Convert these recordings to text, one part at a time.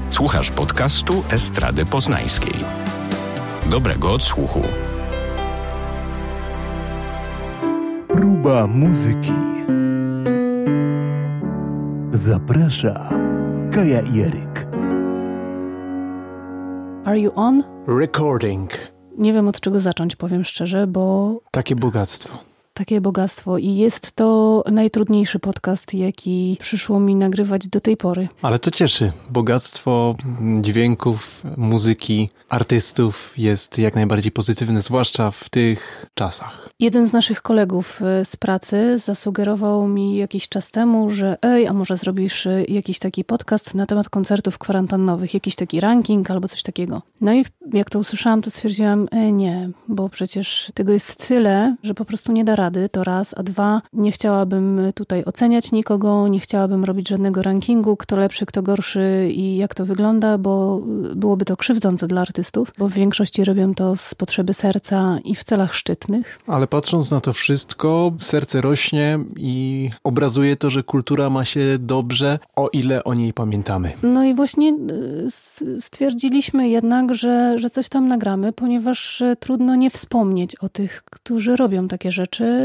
Słuchasz podcastu Estrady Poznańskiej. Dobrego odsłuchu. Próba muzyki. Zaprasza Kaja i Eryk. Are you on? Recording. Nie wiem, od czego zacząć, powiem szczerze, bo... Takie bogactwo. Takie bogactwo i jest to najtrudniejszy podcast, jaki przyszło mi nagrywać do tej pory. Ale to cieszy. Bogactwo dźwięków, muzyki, artystów jest jak najbardziej pozytywne, zwłaszcza w tych czasach. Jeden z naszych kolegów z pracy zasugerował mi jakiś czas temu, że a może zrobisz jakiś taki podcast na temat koncertów kwarantannowych, jakiś taki ranking albo coś takiego. No i jak to usłyszałam, to stwierdziłam, nie, bo przecież tego jest tyle, że po prostu nie da rady, to raz, a dwa, nie chciałabym tutaj oceniać nikogo, nie chciałabym robić żadnego rankingu, kto lepszy, kto gorszy i jak to wygląda, bo byłoby to krzywdzące dla artystów, bo w większości robią to z potrzeby serca i w celach szczytnych. Ale patrząc na to wszystko, serce rośnie i obrazuje to, że kultura ma się dobrze, o ile o niej pamiętamy. No i właśnie stwierdziliśmy jednak, że coś tam nagramy, ponieważ trudno nie wspomnieć o tych, którzy robią takie rzeczy,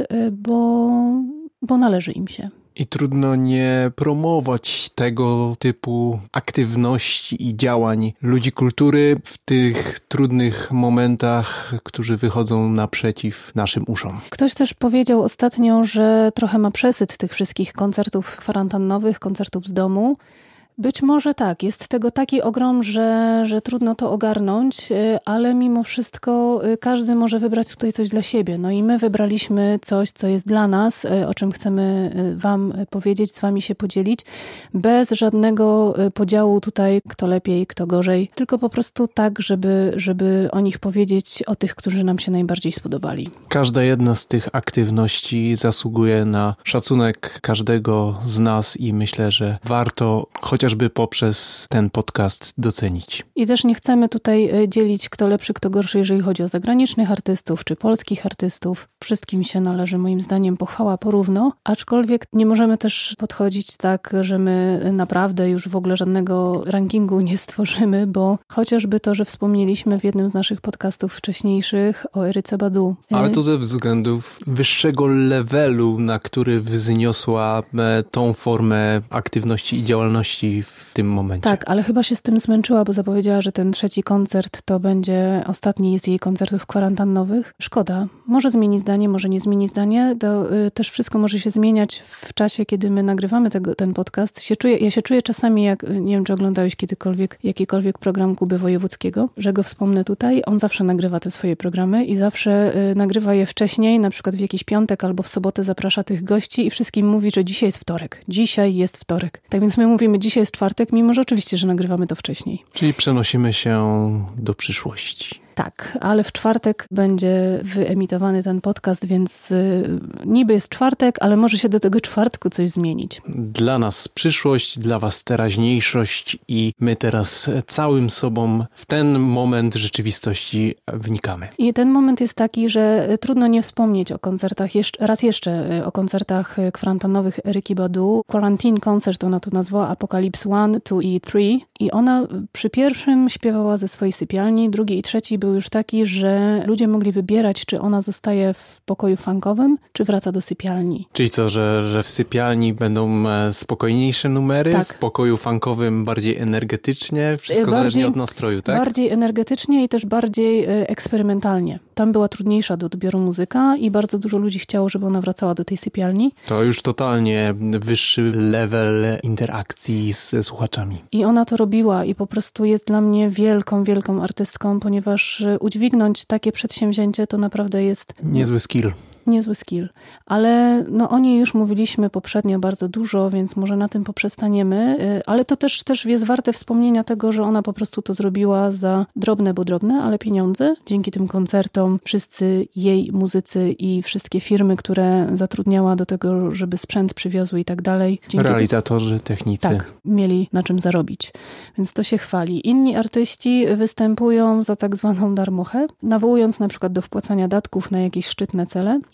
bo należy im się. I trudno nie promować tego typu aktywności i działań ludzi kultury w tych trudnych momentach, którzy wychodzą naprzeciw naszym uszom. Ktoś też powiedział ostatnio, że trochę ma przesyt tych wszystkich koncertów kwarantannowych, koncertów z domu. Być może tak, jest tego taki ogrom, że trudno to ogarnąć, ale mimo wszystko każdy może wybrać tutaj coś dla siebie. No i my wybraliśmy coś, co jest dla nas, o czym chcemy wam powiedzieć, z wami się podzielić, bez żadnego podziału tutaj, kto lepiej, kto gorzej, tylko po prostu tak, żeby o nich powiedzieć, o tych, którzy nam się najbardziej spodobali. Każda jedna z tych aktywności zasługuje na szacunek każdego z nas i myślę, że warto chociażby poprzez ten podcast docenić. I też nie chcemy tutaj dzielić, kto lepszy, kto gorszy, jeżeli chodzi o zagranicznych artystów czy polskich artystów. Wszystkim się należy, moim zdaniem, pochwała porówno, aczkolwiek nie możemy też podchodzić tak, że my naprawdę już w ogóle żadnego rankingu nie stworzymy, bo chociażby to, że wspomnieliśmy w jednym z naszych podcastów wcześniejszych o Eryce Badu. Ale to ze względów wyższego levelu, na który wzniosła tą formę aktywności i działalności w tym momencie. Tak, ale chyba się z tym zmęczyła, bo zapowiedziała, że ten trzeci koncert to będzie ostatni z jej koncertów kwarantannowych. Szkoda. Może zmieni zdanie, może nie zmieni zdanie. To też wszystko może się zmieniać w czasie, kiedy my nagrywamy ten podcast. Ja się czuję czasami, jak nie wiem, czy oglądałeś kiedykolwiek jakikolwiek program Kuby Wojewódzkiego, że go wspomnę tutaj. On zawsze nagrywa te swoje programy i zawsze nagrywa je wcześniej, na przykład w jakiś piątek albo w sobotę zaprasza tych gości i wszystkim mówi, że dzisiaj jest wtorek. Dzisiaj jest wtorek. Tak więc my mówimy, dzisiaj jest czwartek, mimo że oczywiście, że nagrywamy to wcześniej. Czyli przenosimy się do przyszłości. Tak, ale w czwartek będzie wyemitowany ten podcast, więc niby jest czwartek, ale może się do tego czwartku coś zmienić. Dla nas przyszłość, dla was teraźniejszość i my teraz całym sobą w ten moment rzeczywistości wnikamy. I ten moment jest taki, że trudno nie wspomnieć o koncertach, raz jeszcze o koncertach kwarantannowych Eryki Badu. Quarantine Concert ona to nazwała, Apocalypse 1, 2 i 3. I ona przy pierwszym śpiewała ze swojej sypialni, drugi i trzeci był już taki, że ludzie mogli wybierać, czy ona zostaje w pokoju funkowym, czy wraca do sypialni. Czyli co, że w sypialni będą spokojniejsze numery, tak. W pokoju funkowym bardziej energetycznie, wszystko zależnie od nastroju, tak? Bardziej energetycznie i też bardziej eksperymentalnie. Tam była trudniejsza do odbioru muzyka i bardzo dużo ludzi chciało, żeby ona wracała do tej sypialni. To już totalnie wyższy level interakcji ze słuchaczami. I ona to robiła i po prostu jest dla mnie wielką, wielką artystką, ponieważ udźwignąć takie przedsięwzięcie to naprawdę jest... Niezły skill. niezły skill. Ale no, o niej już mówiliśmy poprzednio bardzo dużo, więc może na tym poprzestaniemy. Ale to też jest warte wspomnienia tego, że ona po prostu to zrobiła za drobne, bo drobne, ale pieniądze. Dzięki tym koncertom wszyscy jej muzycy i wszystkie firmy, które zatrudniała do tego, żeby sprzęt przywiozły i tak dalej. Realizatorzy, technicy. Tak, mieli na czym zarobić. Więc to się chwali. Inni artyści występują za tak zwaną darmochę, nawołując na przykład do wpłacania datków na jakieś szczytne cele.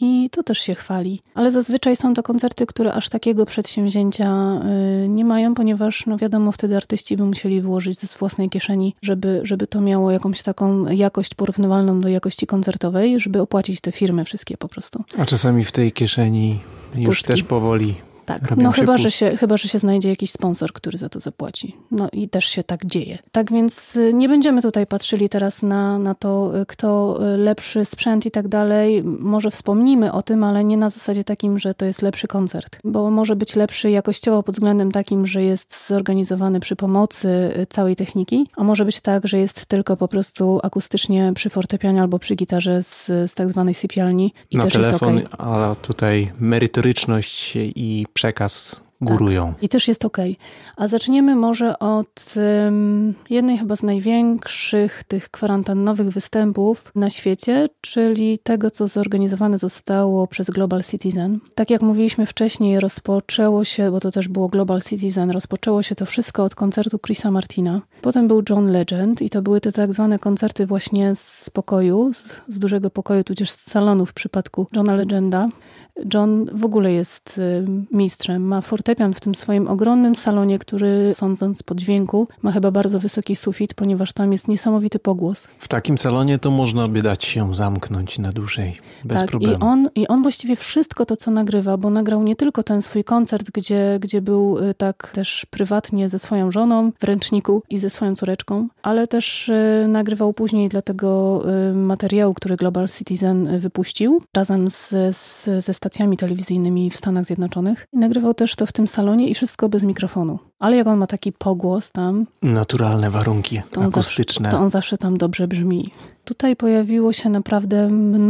i to też się chwali. Ale zazwyczaj są to koncerty, które aż takiego przedsięwzięcia nie mają, ponieważ no wiadomo, wtedy artyści by musieli włożyć ze własnej kieszeni, żeby to miało jakąś taką jakość porównywalną do jakości koncertowej, żeby opłacić te firmy wszystkie po prostu. A czasami w tej kieszeni już Pustki. też powoli. Tak, no chyba, że się znajdzie jakiś sponsor, który za to zapłaci. No i też się tak dzieje. Tak więc nie będziemy tutaj patrzyli teraz na to, kto lepszy sprzęt i tak dalej. Może wspomnimy o tym, ale nie na zasadzie takim, że to jest lepszy koncert. Bo może być lepszy jakościowo pod względem takim, że jest zorganizowany przy pomocy całej techniki, a może być tak, że jest tylko po prostu akustycznie przy fortepianie albo przy gitarze z tak zwanej sypialni i na też telefon, jest okej. A tutaj merytoryczność i przekaz górują. Tak. I też jest okej. A zaczniemy może od jednej chyba z największych tych kwarantannowych występów na świecie, czyli tego, co zorganizowane zostało przez Global Citizen. Tak jak mówiliśmy wcześniej, rozpoczęło się, bo to też było Global Citizen, rozpoczęło się to wszystko od koncertu Chrisa Martina. Potem był John Legend i to były te tak zwane koncerty właśnie z pokoju, z dużego pokoju, tudzież z salonu w przypadku Johna Legenda. John w ogóle jest mistrzem. Ma fortepian w tym swoim ogromnym salonie, który, sądząc po dźwięku, ma chyba bardzo wysoki sufit, ponieważ tam jest niesamowity pogłos. W takim salonie to można by dać się zamknąć na dłużej, bez problemu. I on właściwie wszystko to, co nagrywa, bo nagrał nie tylko ten swój koncert, gdzie był tak też prywatnie ze swoją żoną w ręczniku i ze swoją córeczką, ale też nagrywał później dla tego materiału, który Global Citizen wypuścił, razem ze stacjami telewizyjnymi w Stanach Zjednoczonych. I nagrywał też to w tym salonie i wszystko bez mikrofonu. Ale jak on ma taki pogłos tam... Naturalne warunki akustyczne. To on zawsze tam dobrze brzmi. Tutaj pojawiło się naprawdę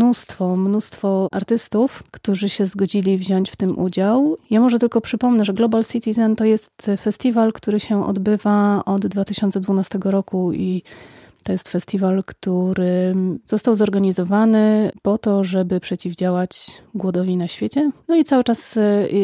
mnóstwo artystów, którzy się zgodzili wziąć w tym udział. Ja może tylko przypomnę, że Global Citizen to jest festiwal, który się odbywa od 2012 roku i to jest festiwal, który został zorganizowany po to, żeby przeciwdziałać głodowi na świecie. No i cały czas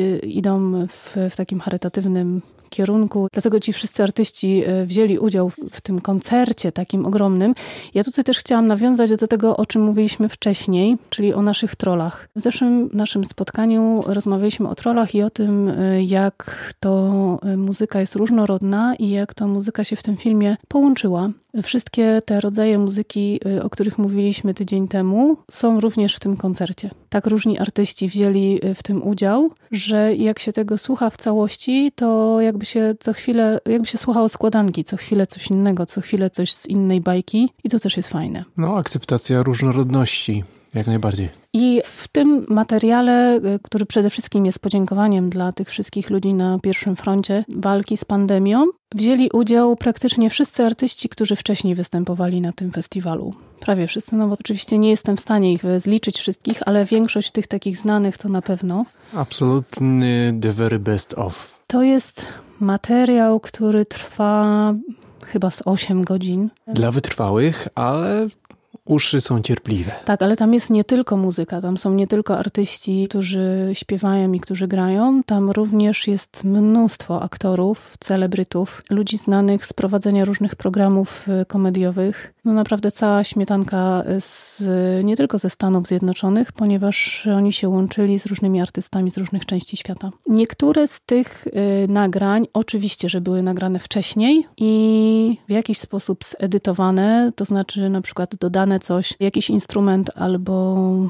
idą w takim charytatywnym kierunku. Dlatego ci wszyscy artyści wzięli udział w tym koncercie takim ogromnym. Ja tutaj też chciałam nawiązać do tego, o czym mówiliśmy wcześniej, czyli o naszych trollach. W zeszłym naszym spotkaniu rozmawialiśmy o trollach i o tym, jak to muzyka jest różnorodna i jak to muzyka się w tym filmie połączyła. Wszystkie te rodzaje muzyki, o których mówiliśmy tydzień temu, są również w tym koncercie. Tak różni artyści wzięli w tym udział, że jak się tego słucha w całości, to jakby się słuchało składanki, co chwilę coś innego, co chwilę coś z innej bajki i to też jest fajne. No, akceptacja różnorodności. Jak najbardziej. I w tym materiale, który przede wszystkim jest podziękowaniem dla tych wszystkich ludzi na pierwszym froncie walki z pandemią, wzięli udział praktycznie wszyscy artyści, którzy wcześniej występowali na tym festiwalu. Prawie wszyscy, no bo oczywiście nie jestem w stanie ich zliczyć wszystkich, ale większość tych takich znanych to na pewno. Absolutnie the very best of. To jest materiał, który trwa chyba z 8 godzin. Dla wytrwałych, ale... uszy są cierpliwe. Tak, ale tam jest nie tylko muzyka, tam są nie tylko artyści, którzy śpiewają i którzy grają, tam również jest mnóstwo aktorów, celebrytów, ludzi znanych z prowadzenia różnych programów komediowych. No naprawdę cała śmietanka nie tylko ze Stanów Zjednoczonych, ponieważ oni się łączyli z różnymi artystami z różnych części świata. Niektóre z tych nagrań oczywiście, że były nagrane wcześniej i w jakiś sposób zedytowane, to znaczy na przykład dodane coś, jakiś instrument albo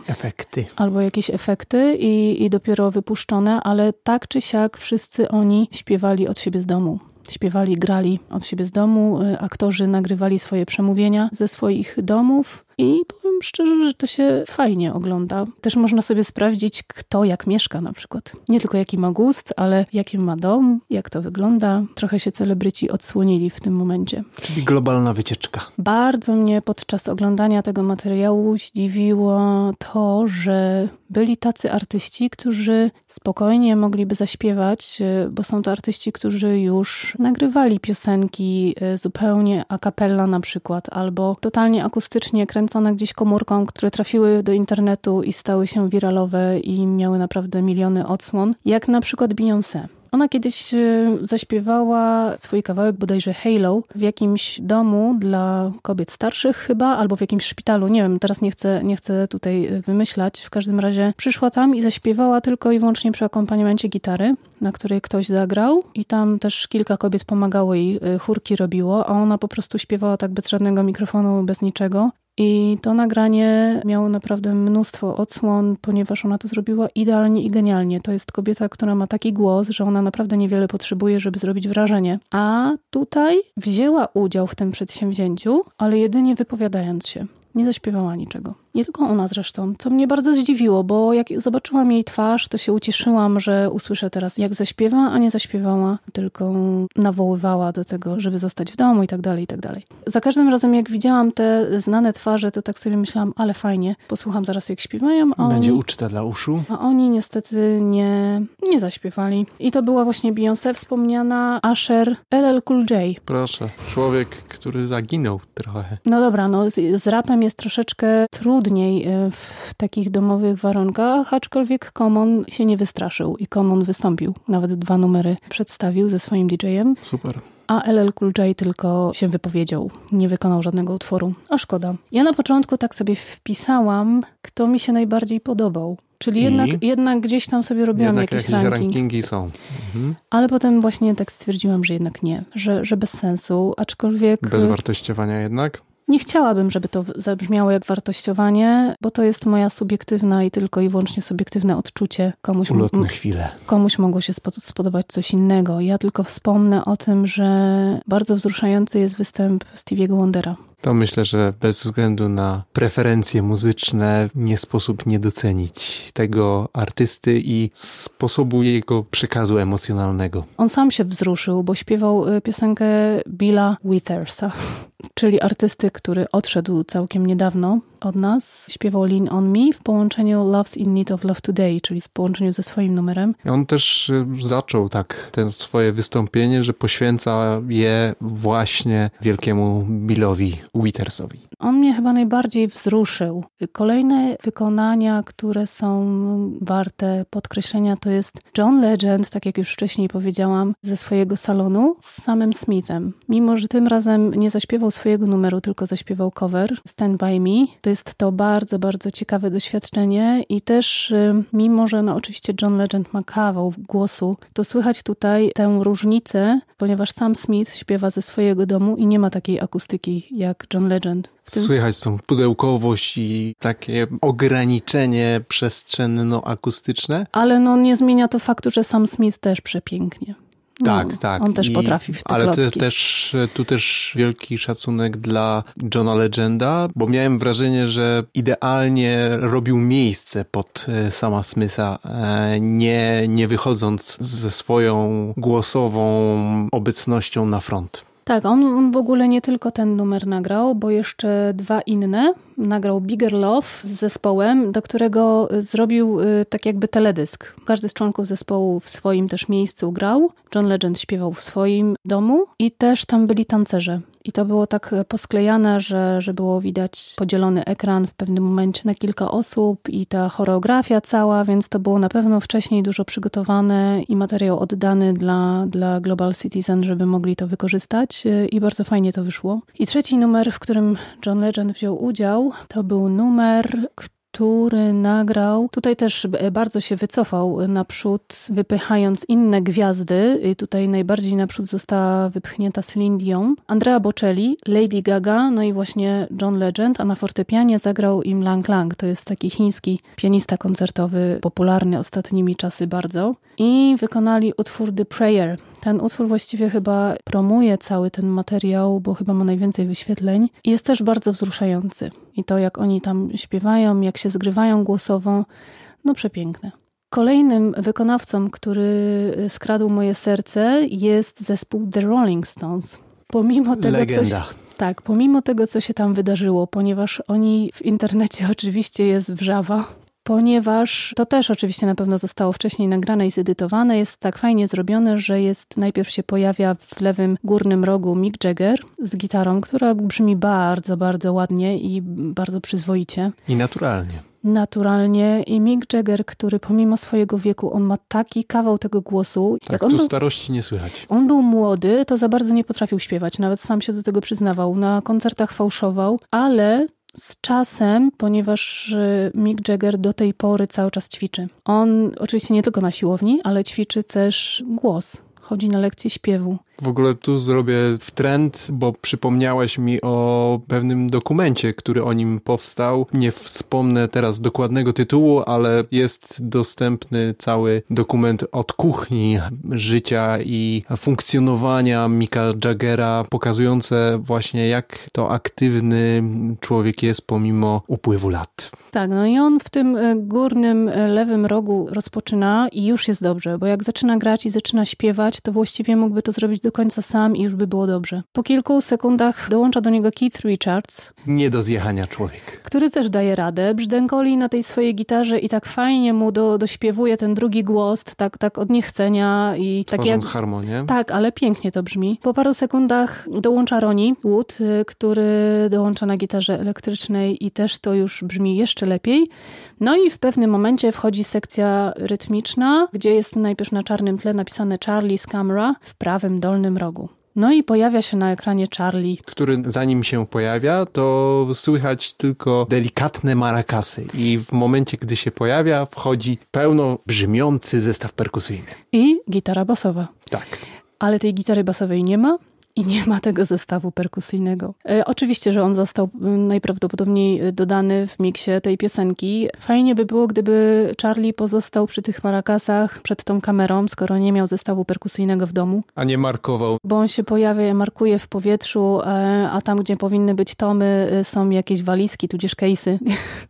jakieś efekty i dopiero wypuszczone, ale tak czy siak wszyscy oni śpiewali od siebie z domu. Śpiewali, grali od siebie z domu, aktorzy nagrywali swoje przemówienia ze swoich domów i powiem szczerze, że to się fajnie ogląda. Też można sobie sprawdzić, kto jak mieszka na przykład. Nie tylko jaki ma gust, ale jaki ma dom, jak to wygląda. Trochę się celebryci odsłonili w tym momencie. Czyli globalna wycieczka. Bardzo mnie podczas oglądania tego materiału zdziwiło to, że byli tacy artyści, którzy spokojnie mogliby zaśpiewać, bo są to artyści, którzy już nagrywali piosenki zupełnie a cappella na przykład, albo totalnie akustycznie kręcone gdzieś komórką, które trafiły do internetu i stały się wiralowe i miały naprawdę miliony odsłon, jak na przykład Beyoncé. Ona kiedyś zaśpiewała swój kawałek, bodajże Halo, w jakimś domu dla kobiet starszych chyba, albo w jakimś szpitalu, nie wiem, teraz nie chcę tutaj wymyślać. W każdym razie przyszła tam i zaśpiewała tylko i wyłącznie przy akompaniamencie gitary, na której ktoś zagrał i tam też kilka kobiet pomagało jej, chórki robiło, a ona po prostu śpiewała tak bez żadnego mikrofonu, bez niczego. I to nagranie miało naprawdę mnóstwo odsłon, ponieważ ona to zrobiła idealnie i genialnie. To jest kobieta, która ma taki głos, że ona naprawdę niewiele potrzebuje, żeby zrobić wrażenie. A tutaj wzięła udział w tym przedsięwzięciu, ale jedynie wypowiadając się. Nie zaśpiewała niczego. Nie tylko ona zresztą, co mnie bardzo zdziwiło, bo jak zobaczyłam jej twarz, to się ucieszyłam, że usłyszę teraz, jak zaśpiewa, a nie zaśpiewała, tylko nawoływała do tego, żeby zostać w domu i tak dalej, i tak dalej. Za każdym razem, jak widziałam te znane twarze, to tak sobie myślałam, ale fajnie, posłucham zaraz, jak śpiewają. Będzie uczta dla uszu. A oni niestety nie zaśpiewali. I to była właśnie Beyoncé wspomniana, Usher, LL Cool J. Proszę, człowiek, który zaginął trochę. No dobra, z rapem jest troszeczkę trudniej w takich domowych warunkach, aczkolwiek Common się nie wystraszył i Common wystąpił. Nawet 2 numery przedstawił ze swoim DJ-em. Super. A LL Cool J tylko się wypowiedział. Nie wykonał żadnego utworu. A szkoda. Ja na początku tak sobie wpisałam, kto mi się najbardziej podobał. Czyli jednak gdzieś tam sobie robiłam jakieś rankingi są. Mhm. Ale potem właśnie tak stwierdziłam, że jednak nie. Że bez sensu, aczkolwiek... Bez wartościowania jednak? Nie chciałabym, żeby to zabrzmiało jak wartościowanie, bo to jest moja subiektywna i tylko i wyłącznie subiektywne odczucie. Ulotne chwile. Komuś mogło się spodobać coś innego. Ja tylko wspomnę o tym, że bardzo wzruszający jest występ Stevie'ego Wondera. To myślę, że bez względu na preferencje muzyczne nie sposób nie docenić tego artysty i sposobu jego przekazu emocjonalnego. On sam się wzruszył, bo śpiewał piosenkę Billa Withersa, czyli artysty, który odszedł całkiem niedawno od nas. Śpiewał Lean on Me w połączeniu Love's in Need of Love Today, czyli w połączeniu ze swoim numerem. I on też zaczął tak swoje wystąpienie, że poświęca je właśnie wielkiemu Billowi Withersowi. On mnie chyba najbardziej wzruszył. Kolejne wykonania, które są warte podkreślenia, to jest John Legend, tak jak już wcześniej powiedziałam, ze swojego salonu z Samem Smithem. Mimo że tym razem nie zaśpiewał swojego numeru, tylko zaśpiewał cover Stand By Me. To jest to bardzo, bardzo ciekawe doświadczenie i też mimo, że oczywiście John Legend ma kawał głosu, to słychać tutaj tę różnicę, ponieważ Sam Smith śpiewa ze swojego domu i nie ma takiej akustyki jak John Legend. Słychać tą pudełkowość i takie ograniczenie przestrzenno-akustyczne. Ale nie zmienia to faktu, że Sam Smith też przepięknie. Tak. On też potrafi w te ale klocki. tu też wielki szacunek dla Johna Legenda, bo miałem wrażenie, że idealnie robił miejsce pod Sama Smitha, nie wychodząc ze swoją głosową obecnością na front. Tak, on w ogóle nie tylko ten numer nagrał, bo jeszcze 2 inne. Nagrał Bigger Love z zespołem, do którego zrobił tak jakby teledysk. Każdy z członków zespołu w swoim też miejscu grał. John Legend śpiewał w swoim domu i też tam byli tancerze. I to było tak posklejane, że było widać podzielony ekran w pewnym momencie na kilka osób i ta choreografia cała, więc to było na pewno wcześniej dużo przygotowane i materiał oddany dla Global Citizen, żeby mogli to wykorzystać i bardzo fajnie to wyszło. I trzeci numer, w którym John Legend wziął udział, to był numer, który nagrał. Tutaj też bardzo się wycofał naprzód, wypychając inne gwiazdy. I tutaj najbardziej naprzód została wypchnięta Celine Dion, Andrea Bocelli, Lady Gaga, no i właśnie John Legend, a na fortepianie zagrał im Lang Lang. To jest taki chiński pianista koncertowy, popularny ostatnimi czasy bardzo. I wykonali utwór The Prayer. Ten utwór właściwie chyba promuje cały ten materiał, bo chyba ma najwięcej wyświetleń. I jest też bardzo wzruszający. I to, jak oni tam śpiewają, jak się zgrywają głosowo, przepiękne. Kolejnym wykonawcą, który skradł moje serce, jest zespół The Rolling Stones. Pomimo tego, co się tam wydarzyło, ponieważ oni w internecie oczywiście jest wrzawa, ponieważ to też oczywiście na pewno zostało wcześniej nagrane i zedytowane. Jest tak fajnie zrobione, że najpierw się pojawia w lewym górnym rogu Mick Jagger z gitarą, która brzmi bardzo, bardzo ładnie i bardzo przyzwoicie. I naturalnie. naturalnie i Mick Jagger, który pomimo swojego wieku, on ma taki kawał tego głosu. Tak, tu starości nie słychać. On był młody, to za bardzo nie potrafił śpiewać, nawet sam się do tego przyznawał. Na koncertach fałszował, ale z czasem, ponieważ Mick Jagger do tej pory cały czas ćwiczy. On oczywiście nie tylko na siłowni, ale ćwiczy też głos. Chodzi na lekcje śpiewu. W ogóle tu zrobię wtręt, bo przypomniałeś mi o pewnym dokumencie, który o nim powstał. Nie wspomnę teraz dokładnego tytułu, ale jest dostępny cały dokument od kuchni życia i funkcjonowania Micka Jaggera, pokazujące właśnie jak to aktywny człowiek jest pomimo upływu lat. Tak, no i on w tym górnym lewym rogu rozpoczyna i już jest dobrze, bo jak zaczyna grać i zaczyna śpiewać, to właściwie mógłby to zrobić do końca sam i już by było dobrze. Po kilku sekundach dołącza do niego Keith Richards. Nie do zjechania człowiek. Który też daje radę. Brzdękoli na tej swojej gitarze i tak fajnie mu dośpiewuje ten drugi głos, tak od niechcenia. I tworząc harmonię. Tak, ale pięknie to brzmi. Po paru sekundach dołącza Ronnie Wood, który dołącza na gitarze elektrycznej i też to już brzmi jeszcze lepiej. No i w pewnym momencie wchodzi sekcja rytmiczna, gdzie jest najpierw na czarnym tle napisane Charlie's Camera w prawym dolnym rogu. No i pojawia się na ekranie Charlie. Który zanim się pojawia, to słychać tylko delikatne marakasy. I w momencie, gdy się pojawia, wchodzi pełno brzmiący zestaw perkusyjny. I gitara basowa. Tak. Ale tej gitary basowej nie ma. I nie ma tego zestawu perkusyjnego. Oczywiście, że on został najprawdopodobniej dodany w miksie tej piosenki. Fajnie by było, gdyby Charlie pozostał przy tych marakasach przed tą kamerą, skoro nie miał zestawu perkusyjnego w domu. A nie markował. Bo on się pojawia, markuje w powietrzu, a tam, gdzie powinny być tomy, są jakieś walizki, tudzież case'y.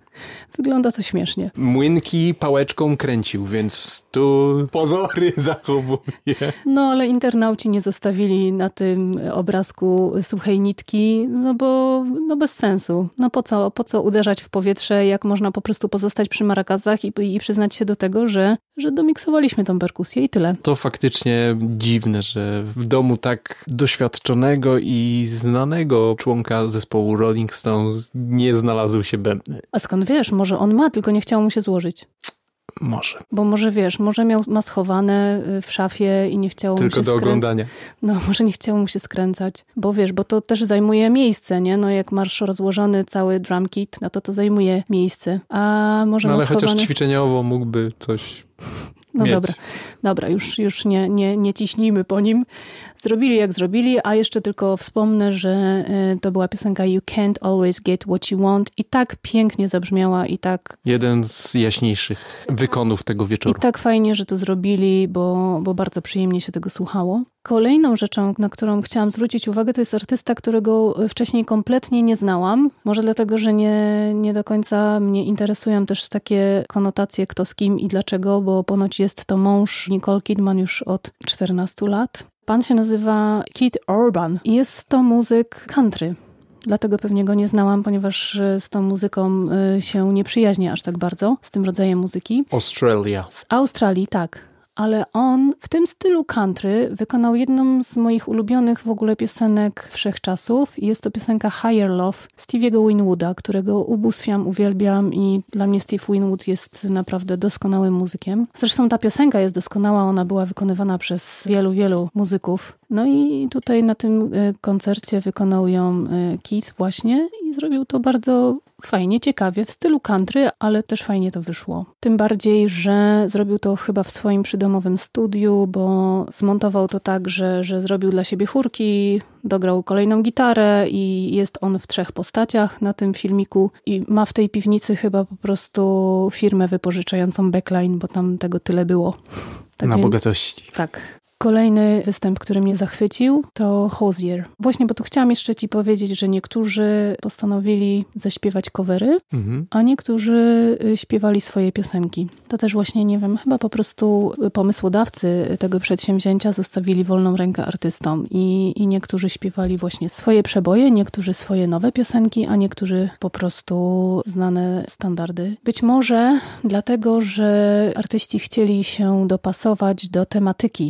Wygląda to śmiesznie. Młynki pałeczką kręcił, więc tu pozory zachowuje. No, ale internauci nie zostawili na tym obrazku suchej nitki, no bo bez sensu. No po co uderzać w powietrze, jak można po prostu pozostać przy marakasach i przyznać się do tego, że domiksowaliśmy tą perkusję i tyle. To faktycznie dziwne, że w domu tak doświadczonego i znanego członka zespołu Rolling Stones nie znalazł się bębny. A skąd wiesz? Może on ma, tylko nie chciał mu się złożyć. Może. Bo może wiesz, może ma schowane w szafie i nie chciało mu się skręcać. Tylko do oglądania. No, może nie chciało mu się skręcać. Bo wiesz, bo to też zajmuje miejsce, nie? No jak masz rozłożony cały drum kit, no to zajmuje miejsce. A może ale ma schowane... chociaż ćwiczeniowo mógłby coś... No dobra, już nie ciśnijmy po nim. Zrobili jak zrobili, a jeszcze tylko wspomnę, że to była piosenka You Can't Always Get What You Want i tak pięknie zabrzmiała i tak... Jeden z jaśniejszych wykonów tego wieczoru. I tak fajnie, że to zrobili, bo bardzo przyjemnie się tego słuchało. Kolejną rzeczą, na którą chciałam zwrócić uwagę, to jest artysta, którego wcześniej kompletnie nie znałam. Może dlatego, że nie do końca mnie interesują też takie konotacje, kto z kim i dlaczego, bo ponoć jest to mąż Nicole Kidman już od 14 lat. Pan się nazywa Keith Urban i jest to muzyk country. Dlatego pewnie go nie znałam, ponieważ z tą muzyką się nie przyjaźnię aż tak bardzo, z tym rodzajem muzyki. Australia. Z Australii, tak. Ale on w tym stylu country wykonał jedną z moich ulubionych w ogóle piosenek wszechczasów. Jest to piosenka Higher Love Stevie'ego Winwooda, którego ubóstwiam, uwielbiam i dla mnie Steve Winwood jest naprawdę doskonałym muzykiem. Zresztą ta piosenka jest doskonała, ona była wykonywana przez wielu muzyków. No i tutaj na tym koncercie wykonał ją Keith właśnie i zrobił to bardzo fajnie, ciekawie, w stylu country, ale też fajnie to wyszło. Tym bardziej, że zrobił to chyba w swoim przydomowym studiu, bo zmontował to tak, że zrobił dla siebie chórki, dograł kolejną gitarę i jest on w 3 postaciach na tym filmiku i ma w tej piwnicy chyba po prostu firmę wypożyczającą backline, bo tam tego tyle było. Tak na bogatości. Tak. Kolejny występ, który mnie zachwycił, to Hozier. Właśnie, bo tu chciałam jeszcze ci powiedzieć, że niektórzy postanowili zaśpiewać covery, a niektórzy śpiewali swoje piosenki. To też właśnie, nie wiem, chyba po prostu pomysłodawcy tego przedsięwzięcia zostawili wolną rękę artystom i niektórzy śpiewali właśnie swoje przeboje, niektórzy swoje nowe piosenki, a niektórzy po prostu znane standardy. Być może dlatego, że artyści chcieli się dopasować do tematyki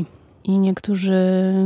i niektórzy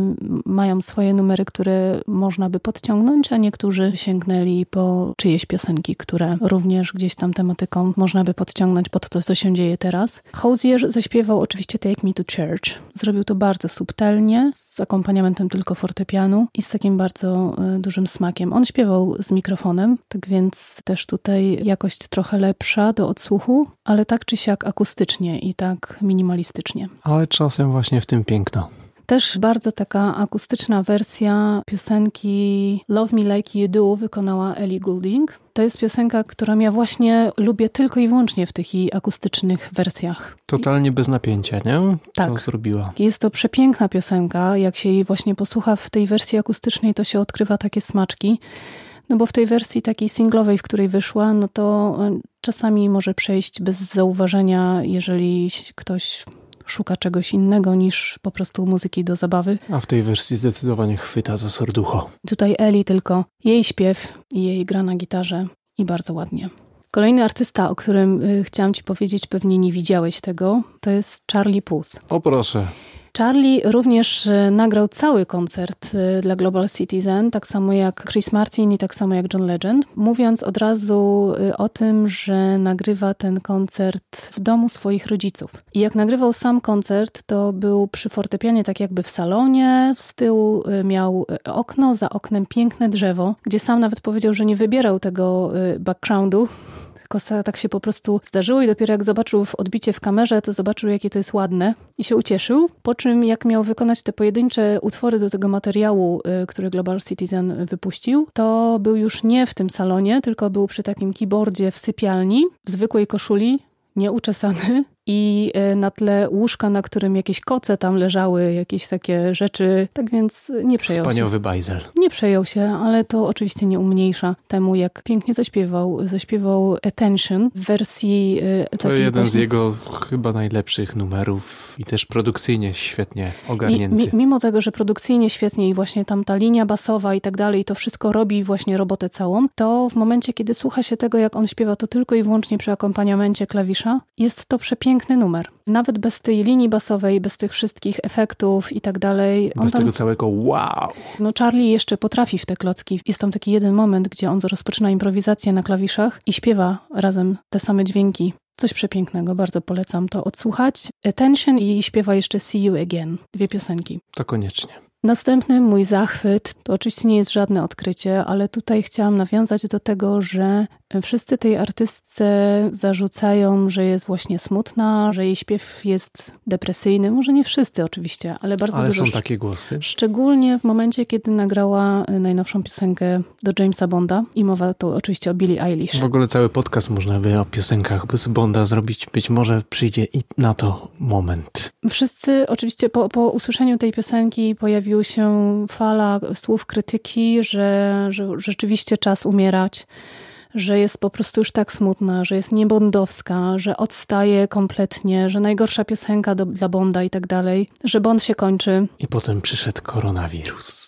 mają swoje numery, które można by podciągnąć, a niektórzy sięgnęli po czyjeś piosenki, które również gdzieś tam tematyką można by podciągnąć pod to, co się dzieje teraz. Hozier zaśpiewał oczywiście Take Me to Church. Zrobił to bardzo subtelnie, z akompaniamentem tylko fortepianu i z takim bardzo dużym smakiem. On śpiewał z mikrofonem, tak więc też tutaj jakość trochę lepsza do odsłuchu, ale tak czy siak akustycznie i tak minimalistycznie. Ale czasem właśnie w tym piękno. Też bardzo taka akustyczna wersja piosenki Love Me Like You Do wykonała Ellie Goulding. To jest piosenka, którą ja właśnie lubię tylko i wyłącznie w tych jej akustycznych wersjach. Totalnie bez napięcia, nie? Tak. Co zrobiła. Jest to przepiękna piosenka. Jak się jej właśnie posłucha w tej wersji akustycznej, to się odkrywa takie smaczki. No bo w tej wersji takiej singlowej, w której wyszła, no to czasami może przejść bez zauważenia, jeżeli ktoś szuka czegoś innego niż po prostu muzyki do zabawy. A w tej wersji zdecydowanie chwyta za serducho. Tutaj Ellie tylko jej śpiew i jej gra na gitarze i bardzo ładnie. Kolejny artysta, o którym chciałam ci powiedzieć, pewnie nie widziałeś tego, to jest Charlie Puth. O proszę. Charlie również nagrał cały koncert dla Global Citizen, tak samo jak Chris Martin i tak samo jak John Legend, mówiąc od razu o tym, że nagrywa ten koncert w domu swoich rodziców. I jak nagrywał sam koncert, to był przy fortepianie tak jakby w salonie, z tyłu miał okno, za oknem piękne drzewo, gdzie sam nawet powiedział, że nie wybierał tego backgroundu, tylko tak się po prostu zdarzyło i dopiero jak zobaczył w odbicie w kamerze, to zobaczył, jakie to jest ładne i się ucieszył. Po czym jak miał wykonać te pojedyncze utwory do tego materiału, który Global Citizen wypuścił, to był już nie w tym salonie, tylko był przy takim keyboardzie w sypialni, w zwykłej koszuli, nieuczesany i na tle łóżka, na którym jakieś koce tam leżały, jakieś takie rzeczy, tak więc nie przejął się. Wspaniały bajzel. Nie przejął się, ale to oczywiście nie umniejsza temu, jak pięknie zaśpiewał. Zaśpiewał Attention w wersji to jeden z jego chyba najlepszych numerów i też produkcyjnie świetnie ogarnięty. Mimo tego, że produkcyjnie świetnie i właśnie tam ta linia basowa i tak dalej, to wszystko robi właśnie robotę całą, to w momencie, kiedy słucha się tego, jak on śpiewa to tylko i wyłącznie przy akompaniamencie klawisza, jest to przepiękny numer. Nawet bez tej linii basowej, bez tych wszystkich efektów i tak dalej. Bez tego całego wow! No Charlie jeszcze potrafi w te klocki. Jest tam taki jeden moment, gdzie on rozpoczyna improwizację na klawiszach i śpiewa razem te same dźwięki. Coś przepięknego, bardzo polecam to odsłuchać. Attention i śpiewa jeszcze See You Again. 2 piosenki. To koniecznie. Następny mój zachwyt, to oczywiście nie jest żadne odkrycie, ale tutaj chciałam nawiązać do tego, że wszyscy tej artystce zarzucają, że jest właśnie smutna, że jej śpiew jest depresyjny. Może nie wszyscy oczywiście, ale bardzo ale dużo. Są takie głosy. Szczególnie w momencie, kiedy nagrała najnowszą piosenkę do Jamesa Bonda i mowa tu oczywiście o Billie Eilish. W ogóle cały podcast można by o piosenkach z Bonda zrobić. Być może przyjdzie i na to moment. Wszyscy oczywiście po usłyszeniu tej piosenki pojawiła się fala słów krytyki, że rzeczywiście czas umierać, że jest po prostu już tak smutna, że jest niebondowska, że odstaje kompletnie, że najgorsza piosenka dla Bonda i tak dalej, że Bond się kończy. I potem przyszedł koronawirus.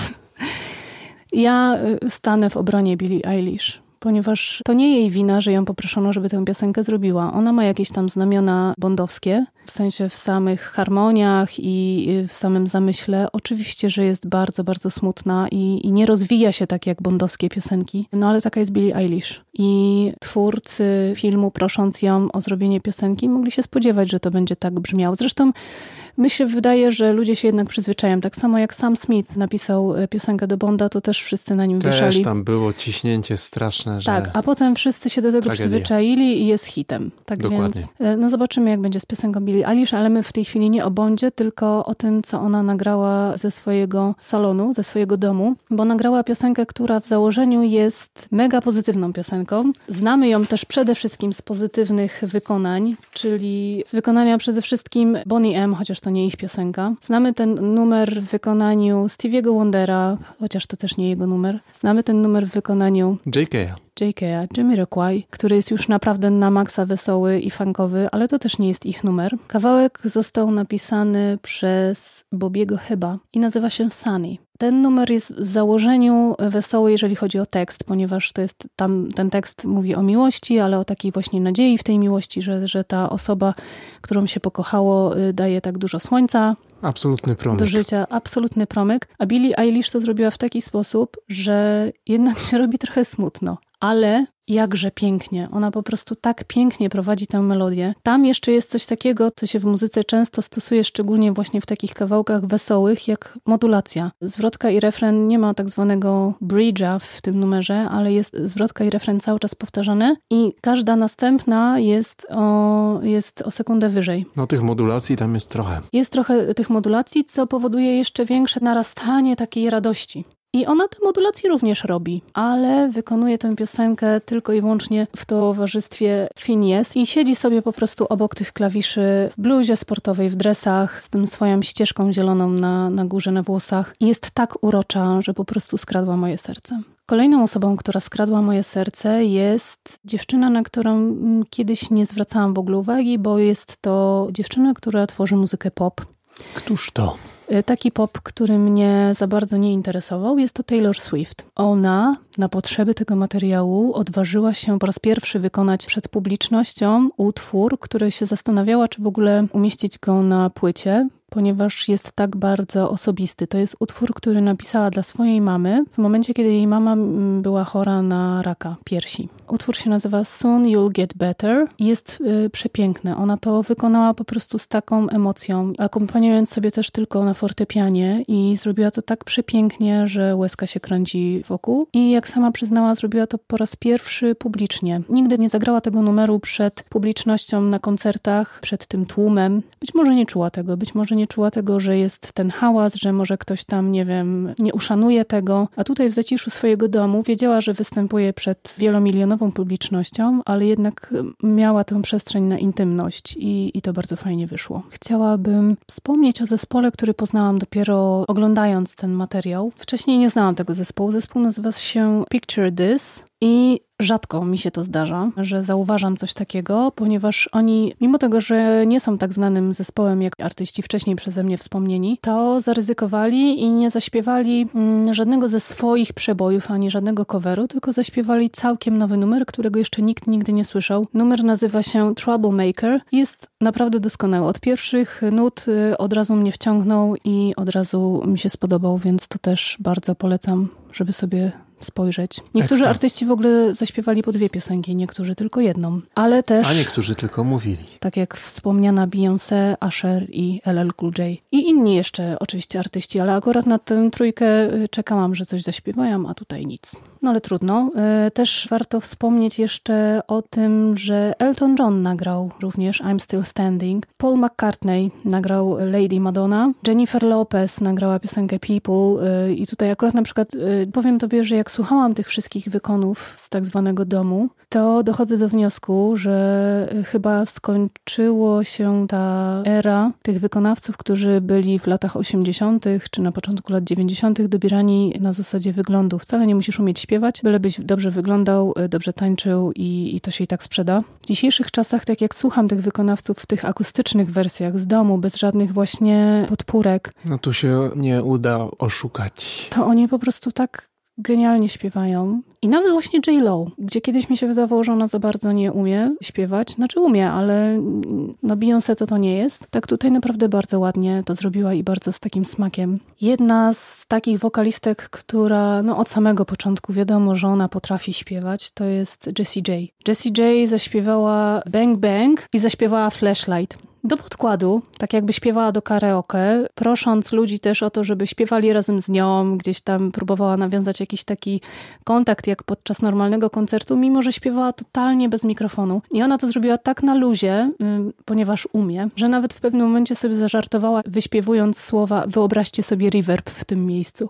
Ja stanę w obronie Billie Eilish, ponieważ to nie jej wina, że ją poproszono, żeby tę piosenkę zrobiła. Ona ma jakieś tam znamiona bondowskie, w sensie w samych harmoniach i w samym zamyśle. Oczywiście, że jest bardzo, bardzo smutna i nie rozwija się tak jak bondowskie piosenki. No ale taka jest Billie Eilish. I twórcy filmu, prosząc ją o zrobienie piosenki, mogli się spodziewać, że to będzie tak brzmiało. Zresztą mi się wydaje, że ludzie się jednak przyzwyczają. Tak samo jak Sam Smith napisał piosenkę do Bonda, to też wszyscy na nim wieszali. Też tam było ciśnięcie straszne, że... Tak, a potem wszyscy się do tego przyzwyczaili i jest hitem. Tak dokładnie. Więc no zobaczymy, jak będzie z piosenką Billie Eilish, ale my w tej chwili nie o Bondzie, tylko o tym, co ona nagrała ze swojego salonu, ze swojego domu, bo nagrała piosenkę, która w założeniu jest mega pozytywną piosenką. Znamy ją też przede wszystkim z pozytywnych wykonań, czyli z wykonania przede wszystkim Boney M, chociaż to nie ich piosenka. Znamy ten numer w wykonaniu Stevie'ego Wondera, chociaż to też nie jego numer. Znamy ten numer w wykonaniu J.K.'a, Jamiroquai, który jest już naprawdę na maksa wesoły i funkowy, ale to też nie jest ich numer. Kawałek został napisany przez Bobiego Heba i nazywa się Sunny. Ten numer jest w założeniu wesoły, jeżeli chodzi o tekst, ponieważ to jest tam, ten tekst mówi o miłości, ale o takiej właśnie nadziei w tej miłości, że ta osoba, którą się pokochało, daje tak dużo słońca. Absolutny promyk. Do życia, absolutny promyk. A Billie Eilish to zrobiła w taki sposób, że jednak się robi trochę smutno. Ale jakże pięknie. Ona po prostu tak pięknie prowadzi tę melodię. Tam jeszcze jest coś takiego, co się w muzyce często stosuje, szczególnie właśnie w takich kawałkach wesołych, jak modulacja. Zwrotka i refren nie ma tak zwanego bridge'a w tym numerze, ale jest zwrotka i refren cały czas powtarzane i każda następna jest o sekundę wyżej. No tych modulacji tam jest trochę. Jest trochę tych modulacji, co powoduje jeszcze większe narastanie takiej radości. I ona te modulacje również robi, ale wykonuje tę piosenkę tylko i wyłącznie w towarzystwie Finneas i siedzi sobie po prostu obok tych klawiszy w bluzie sportowej, w dresach, z tym swoją ścieżką zieloną na górze, na włosach. I jest tak urocza, że po prostu skradła moje serce. Kolejną osobą, która skradła moje serce, jest dziewczyna, na którą kiedyś nie zwracałam w ogóle uwagi, bo jest to dziewczyna, która tworzy muzykę pop. Któż to? Taki pop, który mnie za bardzo nie interesował, jest to Taylor Swift. Ona na potrzeby tego materiału odważyła się po raz pierwszy wykonać przed publicznością utwór, który się zastanawiała, czy w ogóle umieścić go na płycie, ponieważ jest tak bardzo osobisty. To jest utwór, który napisała dla swojej mamy w momencie, kiedy jej mama była chora na raka piersi. Utwór się nazywa Soon You'll Get Better i jest przepiękny. Ona to wykonała po prostu z taką emocją, akompaniując sobie też tylko na fortepianie i zrobiła to tak przepięknie, że łezka się kręci wokół. I jak sama przyznała, zrobiła to po raz pierwszy publicznie. Nigdy nie zagrała tego numeru przed publicznością na koncertach, przed tym tłumem. Być może nie czuła tego, że jest ten hałas, że może ktoś tam, nie wiem, nie uszanuje tego. A tutaj w zaciszu swojego domu wiedziała, że występuje przed wielomilionową publicznością, ale jednak miała tę przestrzeń na intymność i to bardzo fajnie wyszło. Chciałabym wspomnieć o zespole, który poznałam dopiero oglądając ten materiał. Wcześniej nie znałam tego zespołu. Zespół nazywa się Picture This i rzadko mi się to zdarza, że zauważam coś takiego, ponieważ oni, mimo tego, że nie są tak znanym zespołem jak artyści wcześniej przeze mnie wspomnieni, to zaryzykowali i nie zaśpiewali żadnego ze swoich przebojów, ani żadnego coveru, tylko zaśpiewali całkiem nowy numer, którego jeszcze nikt nigdy nie słyszał. Numer nazywa się Troublemaker. Jest naprawdę doskonały. Od pierwszych nut od razu mnie wciągnął i od razu mi się spodobał, więc to też bardzo polecam, żeby sobie spojrzeć. Niektórzy artyści w ogóle zaśpiewali po 2 piosenki, niektórzy tylko jedną, ale też... A niektórzy tylko mówili. Tak jak wspomniana Beyoncé, Usher i LL Cool J. I inni jeszcze oczywiście artyści, ale akurat na tę trójkę czekałam, że coś zaśpiewają, a tutaj nic. No ale trudno. Też warto wspomnieć jeszcze o tym, że Elton John nagrał również I'm Still Standing. Paul McCartney nagrał Lady Madonna. Jennifer Lopez nagrała piosenkę People. I tutaj akurat na przykład powiem tobie, że jak słuchałam tych wszystkich wykonów z tak zwanego domu, to dochodzę do wniosku, że chyba skończyło się ta era tych wykonawców, którzy byli w latach 80. czy na początku lat 90. dobierani na zasadzie wyglądu. Wcale nie musisz umieć śpiewać, bylebyś dobrze wyglądał, dobrze tańczył i to się i tak sprzeda. W dzisiejszych czasach, tak jak słucham tych wykonawców w tych akustycznych wersjach z domu, bez żadnych właśnie podpórek, no tu się nie uda oszukać. To oni po prostu tak genialnie śpiewają. I nawet właśnie J.Lo, gdzie kiedyś mi się wydawało, że ona za bardzo nie umie śpiewać. Znaczy umie, ale no Beyoncé to nie jest. Tak tutaj naprawdę bardzo ładnie to zrobiła i bardzo z takim smakiem. Jedna z takich wokalistek, która no od samego początku wiadomo, że ona potrafi śpiewać, to jest Jessie J. Jessie J zaśpiewała Bang Bang i zaśpiewała Flashlight. Do podkładu, tak jakby śpiewała do karaoke, prosząc ludzi też o to, żeby śpiewali razem z nią, gdzieś tam próbowała nawiązać jakiś taki kontakt jak podczas normalnego koncertu, mimo że śpiewała totalnie bez mikrofonu. I ona to zrobiła tak na luzie, ponieważ umie, że nawet w pewnym momencie sobie zażartowała, wyśpiewując słowa „wyobraźcie sobie reverb w tym miejscu”.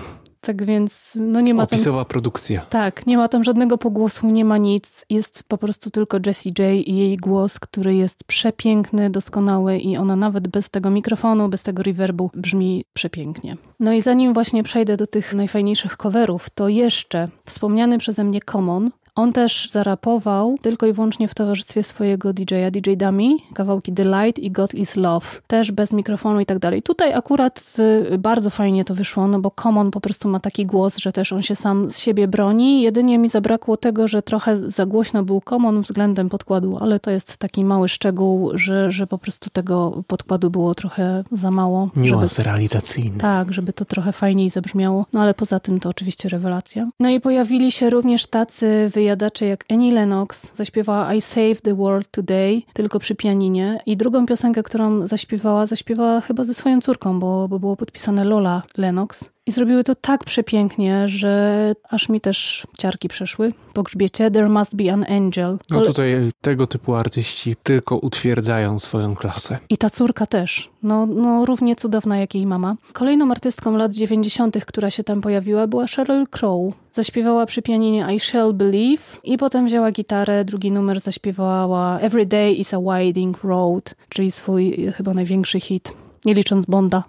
Tak więc no nie ma tam... Opisowa produkcja. Tak, nie ma tam żadnego pogłosu, nie ma nic. Jest po prostu tylko Jessie J i jej głos, który jest przepiękny, doskonały i ona nawet bez tego mikrofonu, bez tego reverbu brzmi przepięknie. No i zanim właśnie przejdę do tych najfajniejszych coverów, to jeszcze wspomniany przeze mnie Common. On też zarapował tylko i wyłącznie w towarzystwie swojego DJ-a, DJ Dummy, kawałki The Light i God is Love. Też bez mikrofonu i tak dalej. Tutaj akurat bardzo fajnie to wyszło, no bo Common po prostu ma taki głos, że też on się sam z siebie broni. Jedynie mi zabrakło tego, że trochę za głośno był Common względem podkładu, ale to jest taki mały szczegół, że po prostu tego podkładu było trochę za mało. Niuans realizacyjny. Tak, żeby to trochę fajniej zabrzmiało. No ale poza tym to oczywiście rewelacja. No i pojawili się również tacy wyjadacze jak Annie Lennox. Zaśpiewała I Saved the World Today, tylko przy pianinie. I drugą piosenkę, którą zaśpiewała chyba ze swoją córką, bo było podpisane Lola Lennox. I zrobiły to tak przepięknie, że aż mi też ciarki przeszły po grzbiecie. There Must Be an Angel. No tutaj tego typu artyści tylko utwierdzają swoją klasę. I ta córka też. No równie cudowna jak jej mama. Kolejną artystką lat 90., która się tam pojawiła, była Sheryl Crow. Zaśpiewała przy pianinie I Shall Believe i potem wzięła gitarę, drugi numer zaśpiewała Every Day is a Winding Road, czyli swój chyba największy hit. Nie licząc Bonda.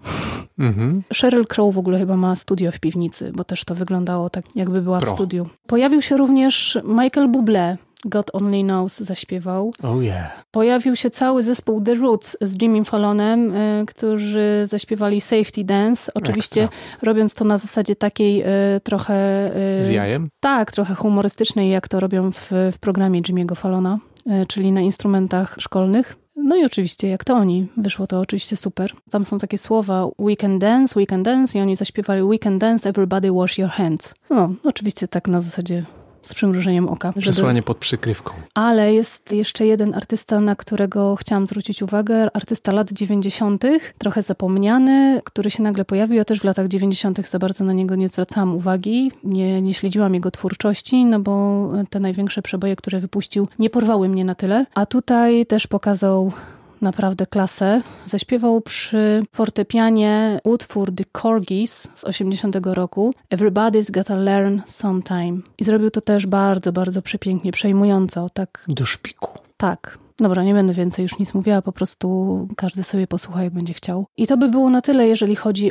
Sheryl Crow w ogóle chyba ma studio w piwnicy, bo też to wyglądało tak, jakby była w studiu. Pojawił się również Michael Bublé. God Only Knows zaśpiewał. Oh yeah. Pojawił się cały zespół The Roots z Jimmy Fallonem, którzy zaśpiewali Safety Dance. Oczywiście robiąc to na zasadzie takiej trochę... Z jajem? Tak, trochę humorystycznej, jak to robią w programie Jimmy'ego Fallona, czyli na instrumentach szkolnych. No i oczywiście, jak to oni. Wyszło to oczywiście super. Tam są takie słowa we can dance i oni zaśpiewali we can dance, everybody wash your hands. No, oczywiście tak na zasadzie z przymrużeniem oka. Przesłanie pod przykrywką. Ale jest jeszcze jeden artysta, na którego chciałam zwrócić uwagę. Artysta lat 90., trochę zapomniany, który się nagle pojawił. Ja też w latach 90. za bardzo na niego nie zwracałam uwagi. Nie śledziłam jego twórczości, no bo te największe przeboje, które wypuścił, nie porwały mnie na tyle. A tutaj też pokazał naprawdę klasę. Zaśpiewał przy fortepianie utwór The Corgis z 80 roku. Everybody's gotta learn sometime. I zrobił to też bardzo, bardzo przepięknie, przejmująco. Tak. Do szpiku. Tak. Dobra, nie będę więcej już nic mówiła, po prostu każdy sobie posłucha, jak będzie chciał. I to by było na tyle, jeżeli chodzi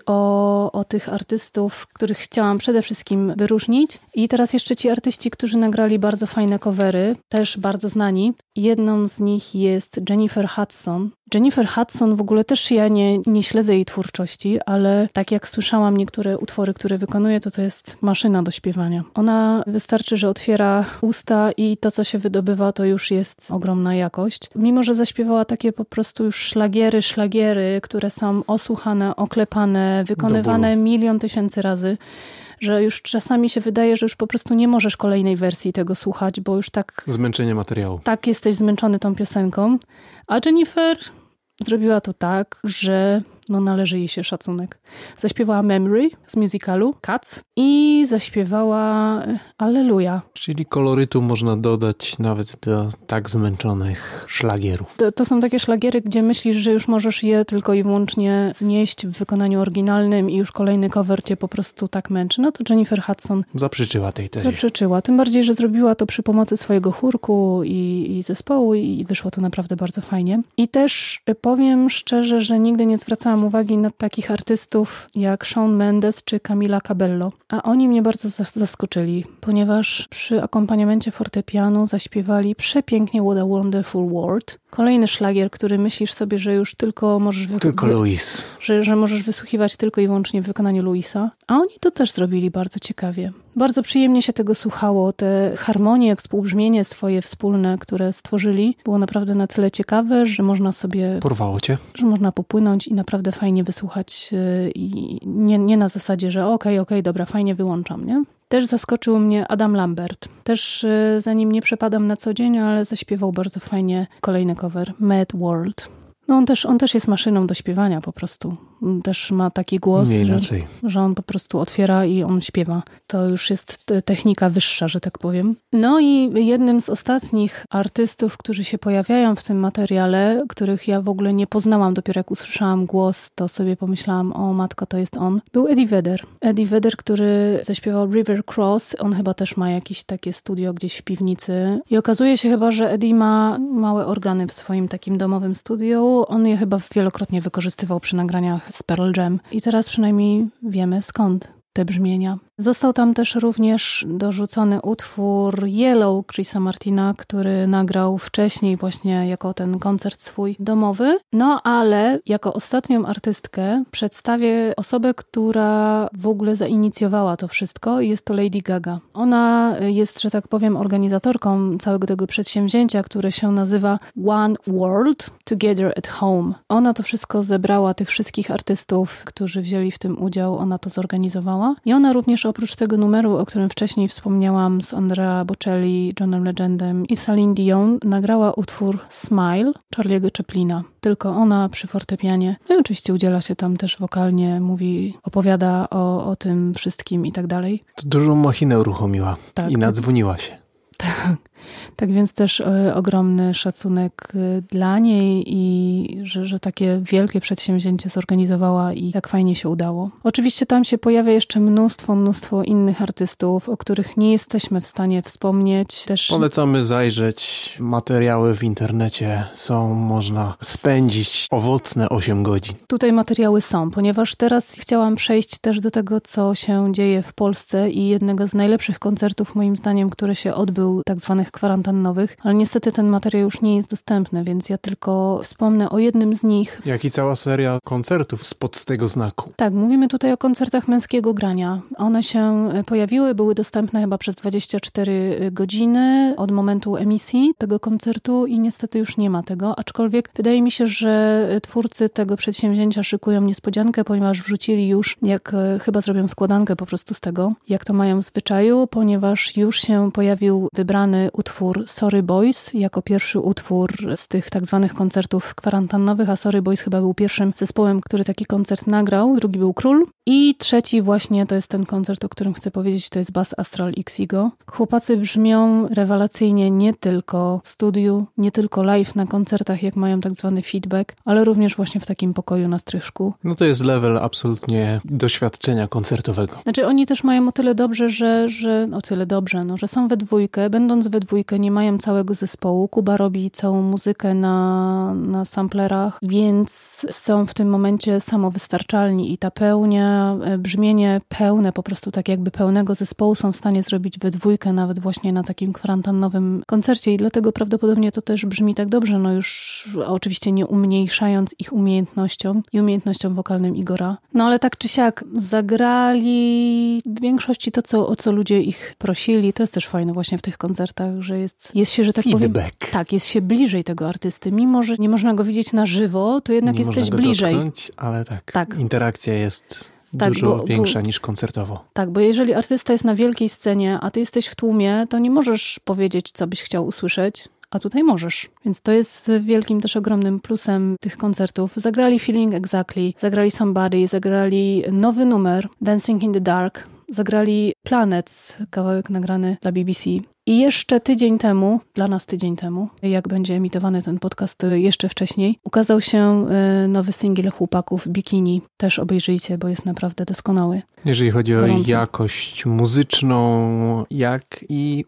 o tych artystów, których chciałam przede wszystkim wyróżnić. I teraz jeszcze ci artyści, którzy nagrali bardzo fajne covery, też bardzo znani. Jedną z nich jest Jennifer Hudson. Jennifer Hudson w ogóle też ja nie śledzę jej twórczości, ale tak jak słyszałam niektóre utwory, które wykonuje, to jest maszyna do śpiewania. Ona wystarczy, że otwiera usta i to, co się wydobywa, to już jest ogromna jakość. Mimo że zaśpiewała takie po prostu już szlagiery, które są osłuchane, oklepane, wykonywane 1 000 000 razy, że już czasami się wydaje, że już po prostu nie możesz kolejnej wersji tego słuchać, bo już tak... Zmęczenie materiału. Tak jesteś zmęczony tą piosenką. A Jennifer zrobiła to tak, że należy jej się szacunek. Zaśpiewała Memory z musicalu Cats i zaśpiewała Alleluja. Czyli kolorytu można dodać nawet do tak zmęczonych szlagierów. To są takie szlagiery, gdzie myślisz, że już możesz je tylko i wyłącznie znieść w wykonaniu oryginalnym i już kolejny cover cię po prostu tak męczy. No to Jennifer Hudson zaprzeczyła tej tezie. Zaprzeczyła. Tym bardziej, że zrobiła to przy pomocy swojego chórku i zespołu i wyszło to naprawdę bardzo fajnie. I też powiem szczerze, że nigdy nie zwracałam uwagi na takich artystów jak Shawn Mendes czy Camila Cabello. A oni mnie bardzo zaskoczyli, ponieważ przy akompaniamencie fortepianu zaśpiewali przepięknie What a Wonderful World. Kolejny szlagier, który myślisz sobie, że już tylko możesz... Tylko Louis. Że możesz wysłuchiwać tylko i wyłącznie w wykonaniu Louisa. A oni to też zrobili bardzo ciekawie. Bardzo przyjemnie się tego słuchało. Te harmonie, współbrzmienie swoje wspólne, które stworzyli, było naprawdę na tyle ciekawe, że można sobie... Porwało cię? Że można popłynąć i naprawdę fajnie wysłuchać i nie na zasadzie, że okej, dobra, fajnie wyłączam, nie? Też zaskoczył mnie Adam Lambert. Też za nim nie przepadam na co dzień, ale zaśpiewał bardzo fajnie kolejny cover, Mad World. No on też jest maszyną do śpiewania po prostu. Też ma taki głos, że on po prostu otwiera i on śpiewa. To już jest technika wyższa, że tak powiem. No i jednym z ostatnich artystów, którzy się pojawiają w tym materiale, których ja w ogóle nie poznałam, dopiero jak usłyszałam głos, to sobie pomyślałam, o matko, to jest on. Był Eddie Vedder. Eddie Vedder, który zaśpiewał River Cross. On chyba też ma jakieś takie studio gdzieś w piwnicy. I okazuje się chyba, że Eddie ma małe organy w swoim takim domowym studiu. On je chyba wielokrotnie wykorzystywał przy nagraniach z Pearl Jam. I teraz przynajmniej wiemy skąd. te brzmienia. Został tam też również dorzucony utwór Yellow Chrisa Martina, który nagrał wcześniej właśnie jako ten koncert swój domowy. No ale jako ostatnią artystkę przedstawię osobę, która w ogóle zainicjowała to wszystko i jest to Lady Gaga. Ona jest, że tak powiem, organizatorką całego tego przedsięwzięcia, które się nazywa One World Together at Home. Ona to wszystko zebrała, tych wszystkich artystów, którzy wzięli w tym udział, ona to zorganizowała. I ona również oprócz tego numeru, o którym wcześniej wspomniałam, z Andrea Bocelli, Johnem Legendem i Celine Dion, nagrała utwór Smile Charlie'ego Chaplina. Tylko ona przy fortepianie. No i oczywiście udziela się tam też wokalnie, mówi, opowiada o tym wszystkim i tak dalej. To dużą machinę uruchomiła i nadzwoniła się. Tak więc też ogromny szacunek dla niej i że takie wielkie przedsięwzięcie zorganizowała i tak fajnie się udało. Oczywiście tam się pojawia jeszcze mnóstwo innych artystów, o których nie jesteśmy w stanie wspomnieć. Też polecamy zajrzeć. Materiały w internecie są, można spędzić owocne 8 godzin. Tutaj materiały są, ponieważ teraz chciałam przejść też do tego, co się dzieje w Polsce i jednego z najlepszych koncertów moim zdaniem, który się odbył, tak zwanych kwarantannowych, ale niestety ten materiał już nie jest dostępny, więc ja tylko wspomnę o jednym z nich. Jak i cała seria koncertów spod tego znaku. Tak, mówimy tutaj o koncertach męskiego grania. One się pojawiły, były dostępne chyba przez 24 godziny od momentu emisji tego koncertu i niestety już nie ma tego, aczkolwiek wydaje mi się, że twórcy tego przedsięwzięcia szykują niespodziankę, ponieważ wrzucili już, jak chyba zrobią składankę po prostu z tego, jak to mają w zwyczaju, ponieważ już się pojawił wybrany utwór Sorry Boys jako pierwszy utwór z tych tak zwanych koncertów kwarantannowych, a Sorry Boys chyba był pierwszym zespołem, który taki koncert nagrał, drugi był Król i trzeci właśnie to jest ten koncert, o którym chcę powiedzieć, to jest Bas Astral Ixigo. Chłopacy brzmią rewelacyjnie nie tylko w studiu, nie tylko live na koncertach, jak mają tak zwany feedback, ale również właśnie w takim pokoju na stryżku. No to jest level absolutnie doświadczenia koncertowego. Znaczy oni też mają o tyle dobrze, że są we dwójkę, będąc we dwójkę nie mają całego zespołu. Kuba robi całą muzykę na samplerach, więc są w tym momencie samowystarczalni i ta pełnia, brzmienie pełne, po prostu tak jakby pełnego zespołu są w stanie zrobić we dwójkę, nawet właśnie na takim kwarantannowym koncercie i dlatego prawdopodobnie to też brzmi tak dobrze, no już oczywiście nie umniejszając ich umiejętnościom i umiejętnościom wokalnym Igora. No ale tak czy siak zagrali w większości to, o co ludzie ich prosili. To jest też fajne właśnie w tych koncertach, że jest się, że tak feedback. Powiem, tak, jest się bliżej tego artysty. Mimo, że nie można go widzieć na żywo, to jednak nie jesteś można go bliżej. Dotknąć, ale tak. Interakcja jest tak, dużo większa niż koncertowo. Tak, bo jeżeli artysta jest na wielkiej scenie, a ty jesteś w tłumie, to nie możesz powiedzieć, co byś chciał usłyszeć. A tutaj możesz. Więc to jest wielkim też ogromnym plusem tych koncertów. Zagrali Feeling Exactly, zagrali Somebody, zagrali nowy numer Dancing in the Dark, zagrali Planets, kawałek nagrany dla BBC. I jeszcze dla nas tydzień temu, jak będzie emitowany ten podcast, to jeszcze wcześniej, ukazał się nowy singiel chłopaków Bikini. Też obejrzyjcie, bo jest naprawdę doskonały. Jeżeli chodzi o jakość muzyczną, jak i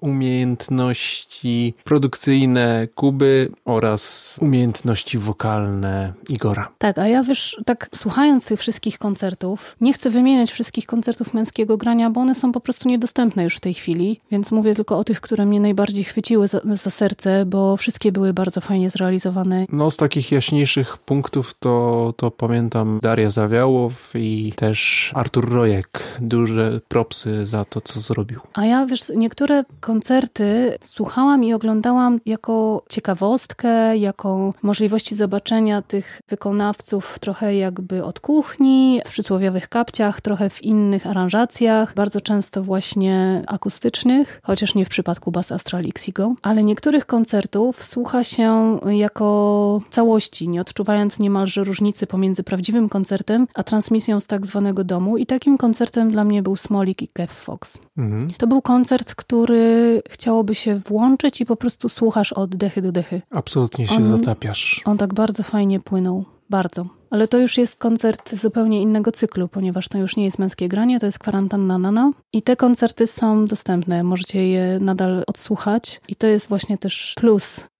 umiejętności produkcyjne Kuby oraz umiejętności wokalne Igora. Tak, a ja tak słuchając tych wszystkich koncertów, nie chcę wymieniać wszystkich koncertów męskiego grania, bo one są po prostu niedostępne już w tej chwili, więc mówię tylko o tych, które mnie najbardziej chwyciły za serce, bo wszystkie były bardzo fajnie zrealizowane. No z takich jaśniejszych punktów to pamiętam Daria Zawiałow i też Artur Rojek. Duże propsy za to, co zrobił. A ja, niektóre koncerty słuchałam i oglądałam jako ciekawostkę, jako możliwości zobaczenia tych wykonawców trochę jakby od kuchni, w przysłowiowych kapciach, trochę w innych aranżacjach, bardzo często właśnie akustycznych, chociaż nie w przypadku Bas Astral Ixigo, ale niektórych koncertów słucha się jako całości, nie odczuwając niemalże różnicy pomiędzy prawdziwym koncertem, a transmisją z tak zwanego domu i takim koncertem dla mnie był Smolik i Kev Fox. Mhm. To był koncert, który chciałoby się włączyć i po prostu słuchasz od dechy do dechy. Absolutnie się zatapiasz. On tak bardzo fajnie płynął. Bardzo. Ale to już jest koncert zupełnie innego cyklu, ponieważ to już nie jest męskie granie, to jest Kwarantanna Nana. I te koncerty są dostępne, możecie je nadal odsłuchać. I to jest właśnie też plus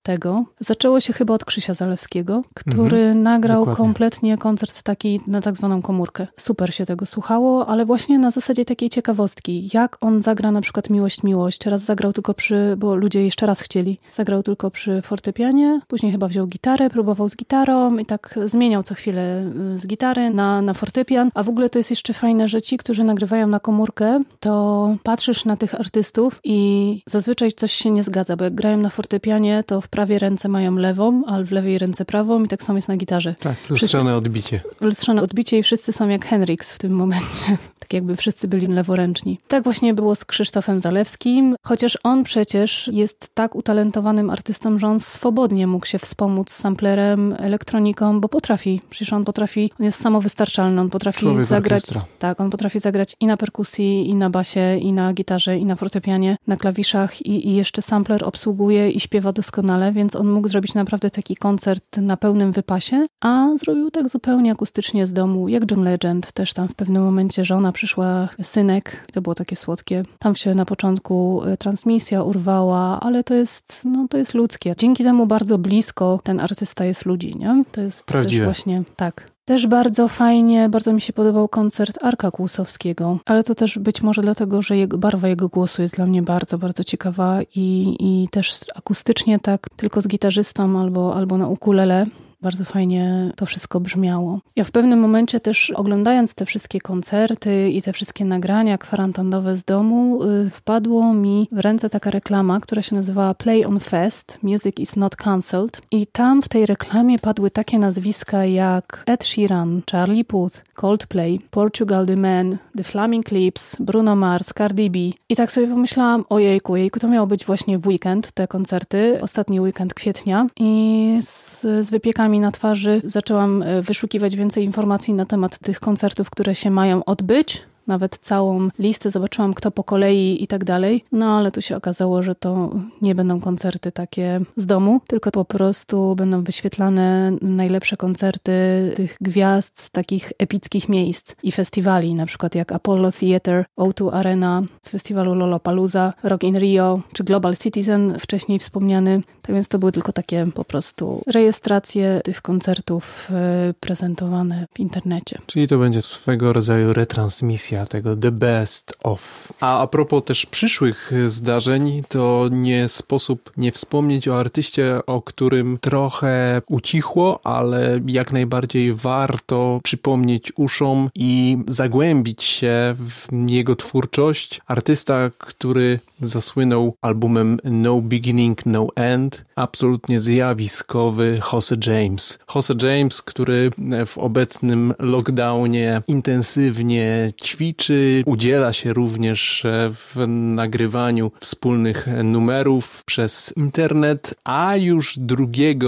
tego. Zaczęło się chyba od Krzysia Zalewskiego, który nagrał Dokładnie. kompletnie koncert taki na tak zwaną komórkę. Super się tego słuchało, ale właśnie na zasadzie takiej ciekawostki. Jak on zagra na przykład Miłość, Miłość. Raz zagrał tylko bo ludzie jeszcze raz chcieli. Zagrał tylko przy fortepianie, później chyba wziął gitarę, próbował z gitarą i tak zmieniał co chwilę z gitary na fortepian. A w ogóle to jest jeszcze fajne, że ci, którzy nagrywają na komórkę, to patrzysz na tych artystów i zazwyczaj coś się nie zgadza, bo jak grają na fortepianie, to w prawej ręce mają lewą, a w lewej ręce prawą i tak samo jest na gitarze. Tak, lustrzane odbicie. Lustrzane odbicie i wszyscy są jak Hendrix w tym momencie. Tak jakby wszyscy byli leworęczni. Tak właśnie było z Krzysztofem Zalewskim, chociaż on przecież jest tak utalentowanym artystą, że on swobodnie mógł się wspomóc samplerem, elektroniką, bo potrafi. Przecież on jest samowystarczalny, on potrafi zagrać. Tak, on potrafi zagrać i na perkusji, i na basie, i na gitarze, i na fortepianie, na klawiszach i jeszcze sampler obsługuje i śpiewa doskonale, więc on mógł zrobić naprawdę taki koncert na pełnym wypasie, a zrobił tak zupełnie akustycznie z domu, jak John Legend. Też tam w pewnym momencie żona przyszła, synek, i to było takie słodkie. Tam się na początku transmisja urwała, ale to jest ludzkie. Dzięki temu bardzo blisko ten artysta jest ludzi, nie? To jest prawdziwe. Też właśnie tak. Też bardzo fajnie, bardzo mi się podobał koncert Arka Kłusowskiego, ale to też być może dlatego, że barwa jego głosu jest dla mnie bardzo, bardzo ciekawa i też akustycznie tak, tylko z gitarzystą albo na ukulele. Bardzo fajnie to wszystko brzmiało. Ja w pewnym momencie też oglądając te wszystkie koncerty i te wszystkie nagrania kwarantannowe z domu, wpadło mi w ręce taka reklama, która się nazywała Play on Fest, Music is not cancelled. I tam w tej reklamie padły takie nazwiska jak Ed Sheeran, Charlie Puth, Coldplay, Portugal The Man, The Flaming Lips, Bruno Mars, Cardi B. I tak sobie pomyślałam, ojejku, to miało być właśnie w weekend, te koncerty, ostatni weekend kwietnia. I z wypiekami na twarzy zaczęłam wyszukiwać więcej informacji na temat tych koncertów, które się mają odbyć. Nawet całą listę zobaczyłam, kto po kolei i tak dalej. No ale tu się okazało, że to nie będą koncerty takie z domu, tylko po prostu będą wyświetlane najlepsze koncerty tych gwiazd z takich epickich miejsc i festiwali, na przykład jak Apollo Theatre, O2 Arena z festiwalu Lollapalooza, Rock in Rio czy Global Citizen, wcześniej wspomniany. Tak więc to były tylko takie po prostu rejestracje tych koncertów prezentowane w internecie. Czyli to będzie swego rodzaju retransmisja tego The Best Of. A propos też przyszłych zdarzeń, to nie sposób nie wspomnieć o artyście, o którym trochę ucichło, ale jak najbardziej warto przypomnieć uszom i zagłębić się w jego twórczość. Artysta, który zasłynął albumem No Beginning, No End. Absolutnie zjawiskowy Jose James. Jose James, który w obecnym lockdownie intensywnie ćwiczy, udziela się również w nagrywaniu wspólnych numerów przez internet, a już 2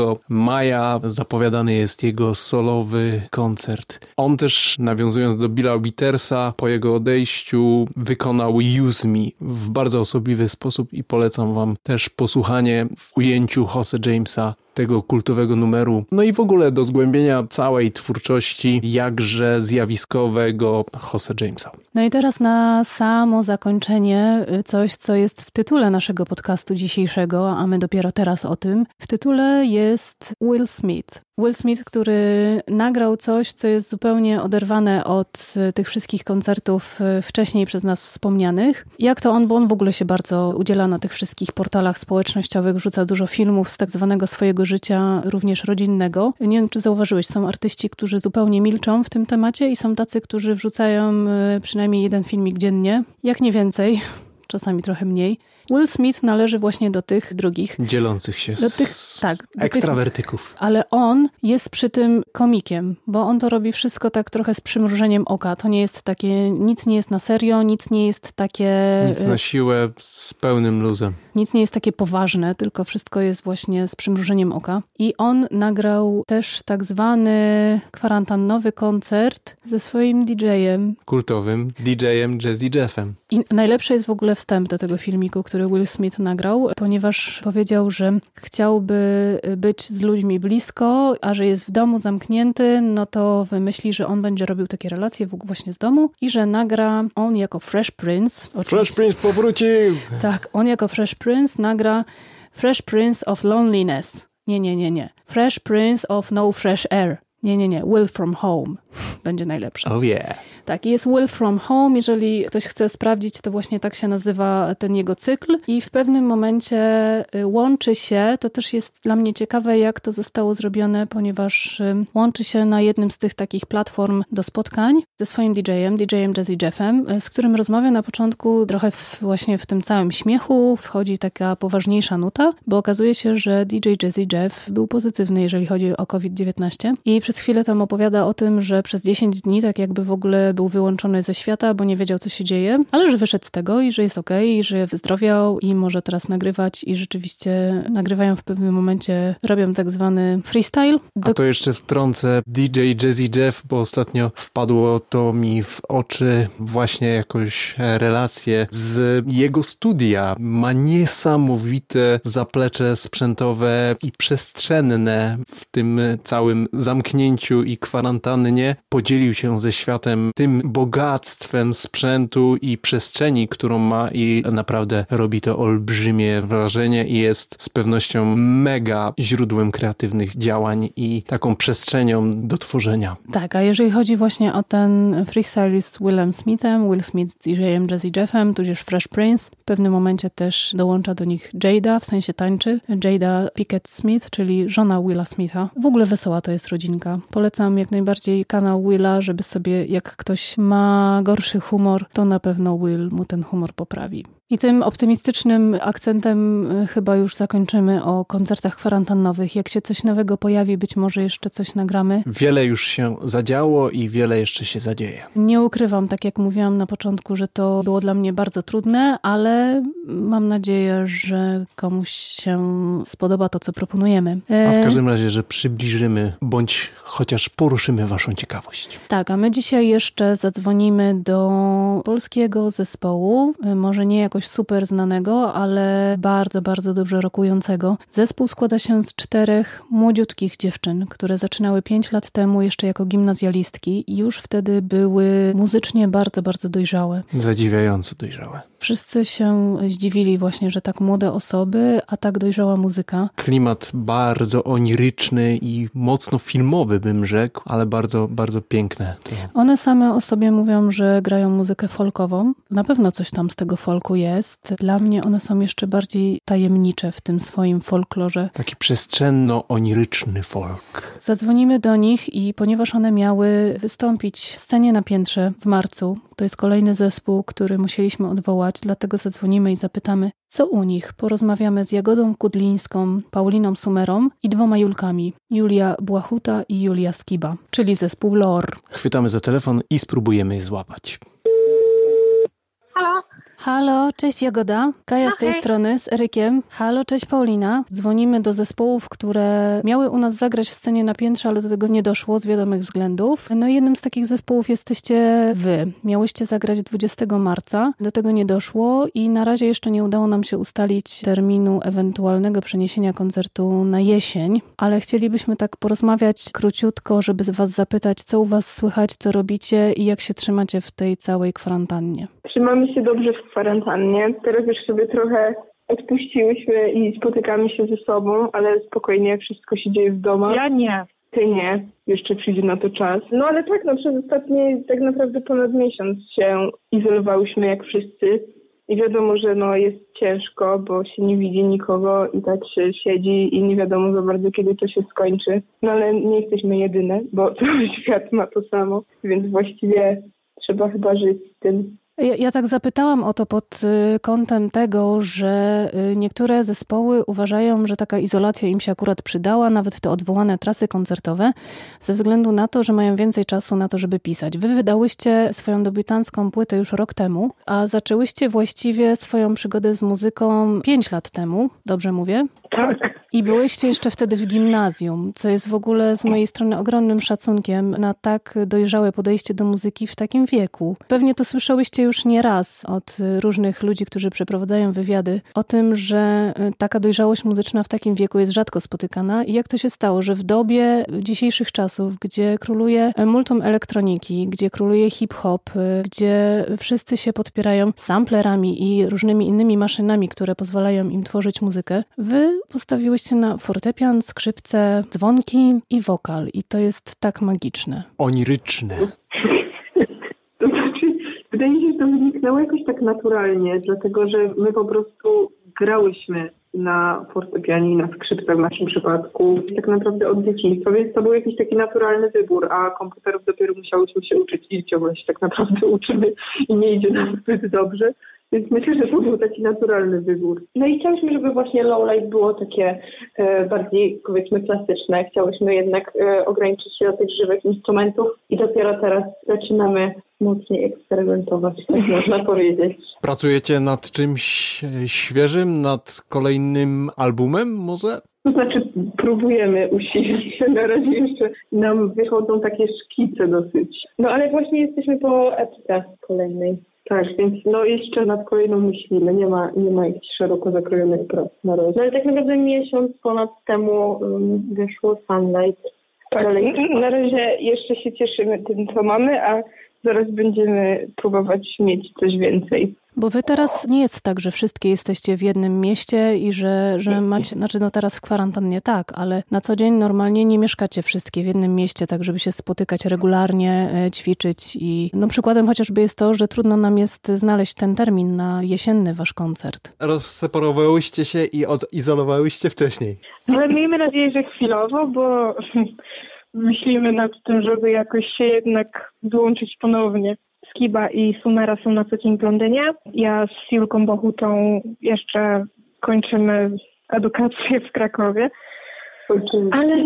maja zapowiadany jest jego solowy koncert. On też, nawiązując do Billa Withersa, po jego odejściu wykonał Use Me w bardzo osobliwy sposób i polecam wam też posłuchanie w ujęciu Jose Jamesa tego kultowego numeru. No i w ogóle do zgłębienia całej twórczości jakże zjawiskowego Jose Jamesa. No i teraz na samo zakończenie coś, co jest w tytule naszego podcastu dzisiejszego, a my dopiero teraz o tym. W tytule jest Will Smith. Will Smith, który nagrał coś, co jest zupełnie oderwane od tych wszystkich koncertów wcześniej przez nas wspomnianych. Jak to on, bo on w ogóle się bardzo udziela na tych wszystkich portalach społecznościowych, wrzuca dużo filmów z tak zwanego swojego życia, również rodzinnego. Nie wiem, czy zauważyłeś, są artyści, którzy zupełnie milczą w tym temacie i są tacy, którzy wrzucają przynajmniej 1 filmik dziennie, jak nie więcej, czasami trochę mniej. Will Smith należy właśnie do tych drugich. Dzielących się ekstrawertyków. Ale on jest przy tym komikiem, bo on to robi wszystko tak trochę z przymrużeniem oka. To nie jest takie, nic nie jest na serio, nic nie jest takie... Nic na siłę, z pełnym luzem. Nic nie jest takie poważne, tylko wszystko jest właśnie z przymrużeniem oka. I on nagrał też tak zwany kwarantannowy koncert ze swoim DJ-em. Kultowym DJ-em Jazzy Jeffem. I najlepszy jest w ogóle wstęp do tego filmiku, który Will Smith nagrał, ponieważ powiedział, że chciałby być z ludźmi blisko, a że jest w domu zamknięty, no to wymyśli, że on będzie robił takie relacje właśnie z domu i że nagra on jako Fresh Prince. Fresh Prince powrócił! Tak, on jako Fresh Prince nagra Fresh Prince of Loneliness. Nie. Fresh Prince of No Fresh Air. Nie. Will from Home będzie najlepsze. Oh yeah. Tak, jest Will from Home. Jeżeli ktoś chce sprawdzić, to właśnie tak się nazywa ten jego cykl i w pewnym momencie łączy się, to też jest dla mnie ciekawe, jak to zostało zrobione, ponieważ łączy się na jednym z tych takich platform do spotkań ze swoim DJ-em Jazzy Jeffem, z którym rozmawia na początku trochę właśnie w tym całym śmiechu, wchodzi taka poważniejsza nuta, bo okazuje się, że DJ Jazzy Jeff był pozytywny, jeżeli chodzi o COVID-19 i przez chwilę tam opowiada o tym, że przez 10 dni tak jakby w ogóle był wyłączony ze świata, bo nie wiedział, co się dzieje, ale że wyszedł z tego i że jest okej, i że wyzdrowiał i może teraz nagrywać i rzeczywiście nagrywają w pewnym momencie, robią tak zwany freestyle. A to jeszcze wtrącę DJ Jazzy Jeff, bo ostatnio wpadło to mi w oczy właśnie jakąś relację z jego studia. Ma niesamowite zaplecze sprzętowe i przestrzenne w tym całym zamknięciu i kwarantannie. Podzielił się ze światem tym bogactwem sprzętu i przestrzeni, którą ma i naprawdę robi to olbrzymie wrażenie i jest z pewnością mega źródłem kreatywnych działań i taką przestrzenią do tworzenia. Tak, a jeżeli chodzi właśnie o ten freestyle z Willem Smithem, Will Smith z DJ-em Jazzy Jeffem, tudzież Fresh Prince, w pewnym momencie też dołącza do nich Jada, w sensie tańczy. Jada Pinkett Smith, czyli żona Willa Smitha. W ogóle wesoła to jest rodzinka. Polecam jak najbardziej kanał Willa, żeby sobie, jak ktoś ma gorszy humor, to na pewno Will mu ten humor poprawi. I tym optymistycznym akcentem chyba już zakończymy o koncertach kwarantannowych. Jak się coś nowego pojawi, być może jeszcze coś nagramy. Wiele już się zadziało i wiele jeszcze się zadzieje. Nie ukrywam, tak jak mówiłam na początku, że to było dla mnie bardzo trudne, ale mam nadzieję, że komuś się spodoba to, co proponujemy. A w każdym razie, że przybliżymy, bądź chociaż poruszymy waszą ciekawość. Tak, a my dzisiaj jeszcze zadzwonimy do polskiego zespołu, może nie jakoś super znanego, ale bardzo, bardzo dobrze rockującego. Zespół składa się z 4 młodziutkich dziewczyn, które zaczynały 5 lat temu jeszcze jako gimnazjalistki i już wtedy były muzycznie bardzo, bardzo dojrzałe. Zadziwiająco dojrzałe. Wszyscy się zdziwili właśnie, że tak młode osoby, a tak dojrzała muzyka. Klimat bardzo oniryczny i mocno filmowy, bym rzekł, ale bardzo, bardzo piękne. One same o sobie mówią, że grają muzykę folkową. Na pewno coś tam z tego folku jest. Dla mnie one są jeszcze bardziej tajemnicze w tym swoim folklorze. Taki przestrzenno-oniryczny folk. Zadzwonimy do nich i ponieważ one miały wystąpić w scenie na piętrze w marcu, to jest kolejny zespół, który musieliśmy odwołać, dlatego zadzwonimy i zapytamy, co u nich. Porozmawiamy z Jagodą Kudlińską, Pauliną Sumerą i 2 Julkami, Julia Błachuta i Julia Skiba, czyli zespół LOR. Chwytamy za telefon i spróbujemy je złapać. Halo? Halo, cześć Jagoda, Kaja z tej strony, z Erykiem. Halo, cześć Paulina. Dzwonimy do zespołów, które miały u nas zagrać w scenie na piętrze, ale do tego nie doszło z wiadomych względów. No i jednym z takich zespołów jesteście wy. Miałyście zagrać 20 marca, do tego nie doszło i na razie jeszcze nie udało nam się ustalić terminu ewentualnego przeniesienia koncertu na jesień, ale chcielibyśmy tak porozmawiać króciutko, żeby was zapytać, co u was słychać, co robicie i jak się trzymacie w tej całej kwarantannie. Trzymamy się dobrze w kwarantannie. Teraz już sobie trochę odpuściłyśmy i spotykamy się ze sobą, ale spokojnie, wszystko się dzieje w domu. Ja nie. Ty nie. Jeszcze przyjdzie na to czas. No ale tak, no przez ostatni tak naprawdę ponad miesiąc się izolowałyśmy jak wszyscy. I wiadomo, że no jest ciężko, bo się nie widzi nikogo i tak się siedzi i nie wiadomo za bardzo, kiedy to się skończy. No ale nie jesteśmy jedyne, bo cały świat ma to samo, więc właściwie trzeba chyba żyć z tym. Ja tak zapytałam o to pod kątem tego, że niektóre zespoły uważają, że taka izolacja im się akurat przydała, nawet te odwołane trasy koncertowe, ze względu na to, że mają więcej czasu na to, żeby pisać. Wy wydałyście swoją debiutancką płytę już rok temu, a zaczęłyście właściwie swoją przygodę z muzyką 5 lat temu, dobrze mówię? Tak. I byłyście jeszcze wtedy w gimnazjum, co jest w ogóle z mojej strony ogromnym szacunkiem na tak dojrzałe podejście do muzyki w takim wieku. Pewnie to słyszałyście już nie raz od różnych ludzi, którzy przeprowadzają wywiady o tym, że taka dojrzałość muzyczna w takim wieku jest rzadko spotykana i jak to się stało, że w dobie dzisiejszych czasów, gdzie króluje multum elektroniki, gdzie króluje hip-hop, gdzie wszyscy się podpierają samplerami i różnymi innymi maszynami, które pozwalają im tworzyć muzykę, wy postawiłyście na fortepian, skrzypce, dzwonki i wokal. I to jest tak magiczne. Oniryczne. To znaczy, wydaje mi się, że to wyniknęło jakoś tak naturalnie, dlatego że my po prostu grałyśmy na fortepianie i na skrzypcach w naszym przypadku tak naprawdę od dzieciństwa, więc to był jakiś taki naturalny wybór, a komputerów dopiero musiałyśmy się uczyć i ciągle się tak naprawdę uczymy i nie idzie nam zbyt dobrze. Więc myślę, że to był taki naturalny wybór. No i chciałyśmy, żeby właśnie Lowlight było takie bardziej, powiedzmy, klasyczne. Chciałyśmy jednak ograniczyć się do tych żywych instrumentów i dopiero teraz zaczynamy mocniej eksperymentować, tak można powiedzieć. Pracujecie nad czymś świeżym, nad kolejnym albumem może? To znaczy próbujemy usilić się, na razie jeszcze nam wychodzą takie szkice dosyć. No ale właśnie jesteśmy po epce kolejnej. Tak, więc no jeszcze nad kolejną myślimy, nie ma jakichś szeroko zakrojonych prac na razie. No ale tak naprawdę miesiąc ponad temu wyszło Sunlight. Tak, na razie jeszcze się cieszymy tym, co mamy, a zaraz będziemy próbować mieć coś więcej. Bo wy teraz nie jest tak, że wszystkie jesteście w jednym mieście i że macie, znaczy no teraz w kwarantannie tak, ale na co dzień normalnie nie mieszkacie wszystkie w jednym mieście, tak żeby się spotykać regularnie, ćwiczyć i no przykładem chociażby jest to, że trudno nam jest znaleźć ten termin na jesienny wasz koncert. Rozseparowałyście się i odizolowałyście wcześniej. Ale miejmy nadzieję, że chwilowo, bo myślimy nad tym, żeby jakoś się jednak dołączyć ponownie. Skiba i Sumera są na co dzień w Londynie. Ja z Julką Bohutą jeszcze kończymy edukację w Krakowie. Ale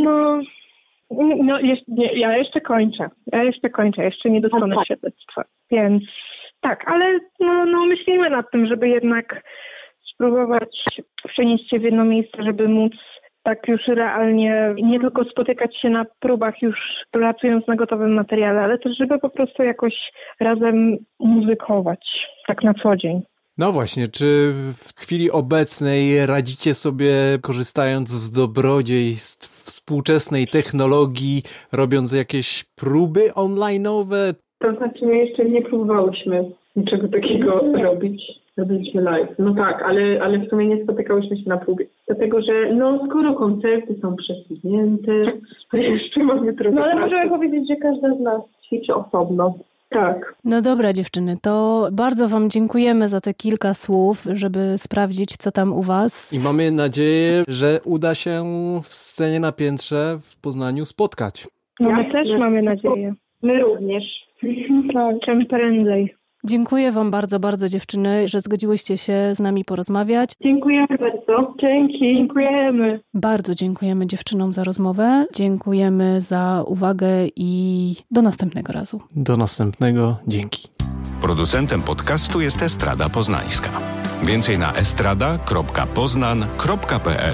ja jeszcze kończę. Jeszcze nie dostanę świadectwa. Więc tak, ale myślimy nad tym, żeby jednak spróbować przenieść się w jedno miejsce, żeby móc tak już realnie nie tylko spotykać się na próbach już pracując na gotowym materiale, ale też żeby po prostu jakoś razem muzykować tak na co dzień. No właśnie, czy w chwili obecnej radzicie sobie korzystając z dobrodziejstw współczesnej technologii, robiąc jakieś próby online'owe? To znaczy my jeszcze nie próbowałyśmy niczego takiego robić. Robiliśmy live. No tak, ale w sumie nie spotykałyśmy się na próbie. Dlatego, że skoro koncerty są przesunięte, to jeszcze mamy trochę ale pracy. Możemy powiedzieć, że każda z nas ćwiczy osobno. Tak. No dobra dziewczyny, to bardzo wam dziękujemy za te kilka słów, żeby sprawdzić, co tam u was. I mamy nadzieję, że uda się w scenie na piętrze w Poznaniu spotkać. No my też mamy nadzieję. My również. Tak, czym prędzej. Dziękuję wam bardzo, bardzo dziewczyny, że zgodziłyście się z nami porozmawiać. Dziękujemy bardzo. Dzięki. Dziękujemy. Bardzo dziękujemy dziewczynom za rozmowę. Dziękujemy za uwagę i do następnego razu. Do następnego. Dzięki. Producentem podcastu jest Estrada Poznańska. Więcej na estrada.poznan.pl.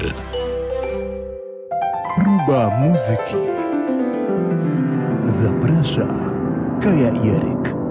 Próba muzyki. Zaprasza Kaja Jeryk.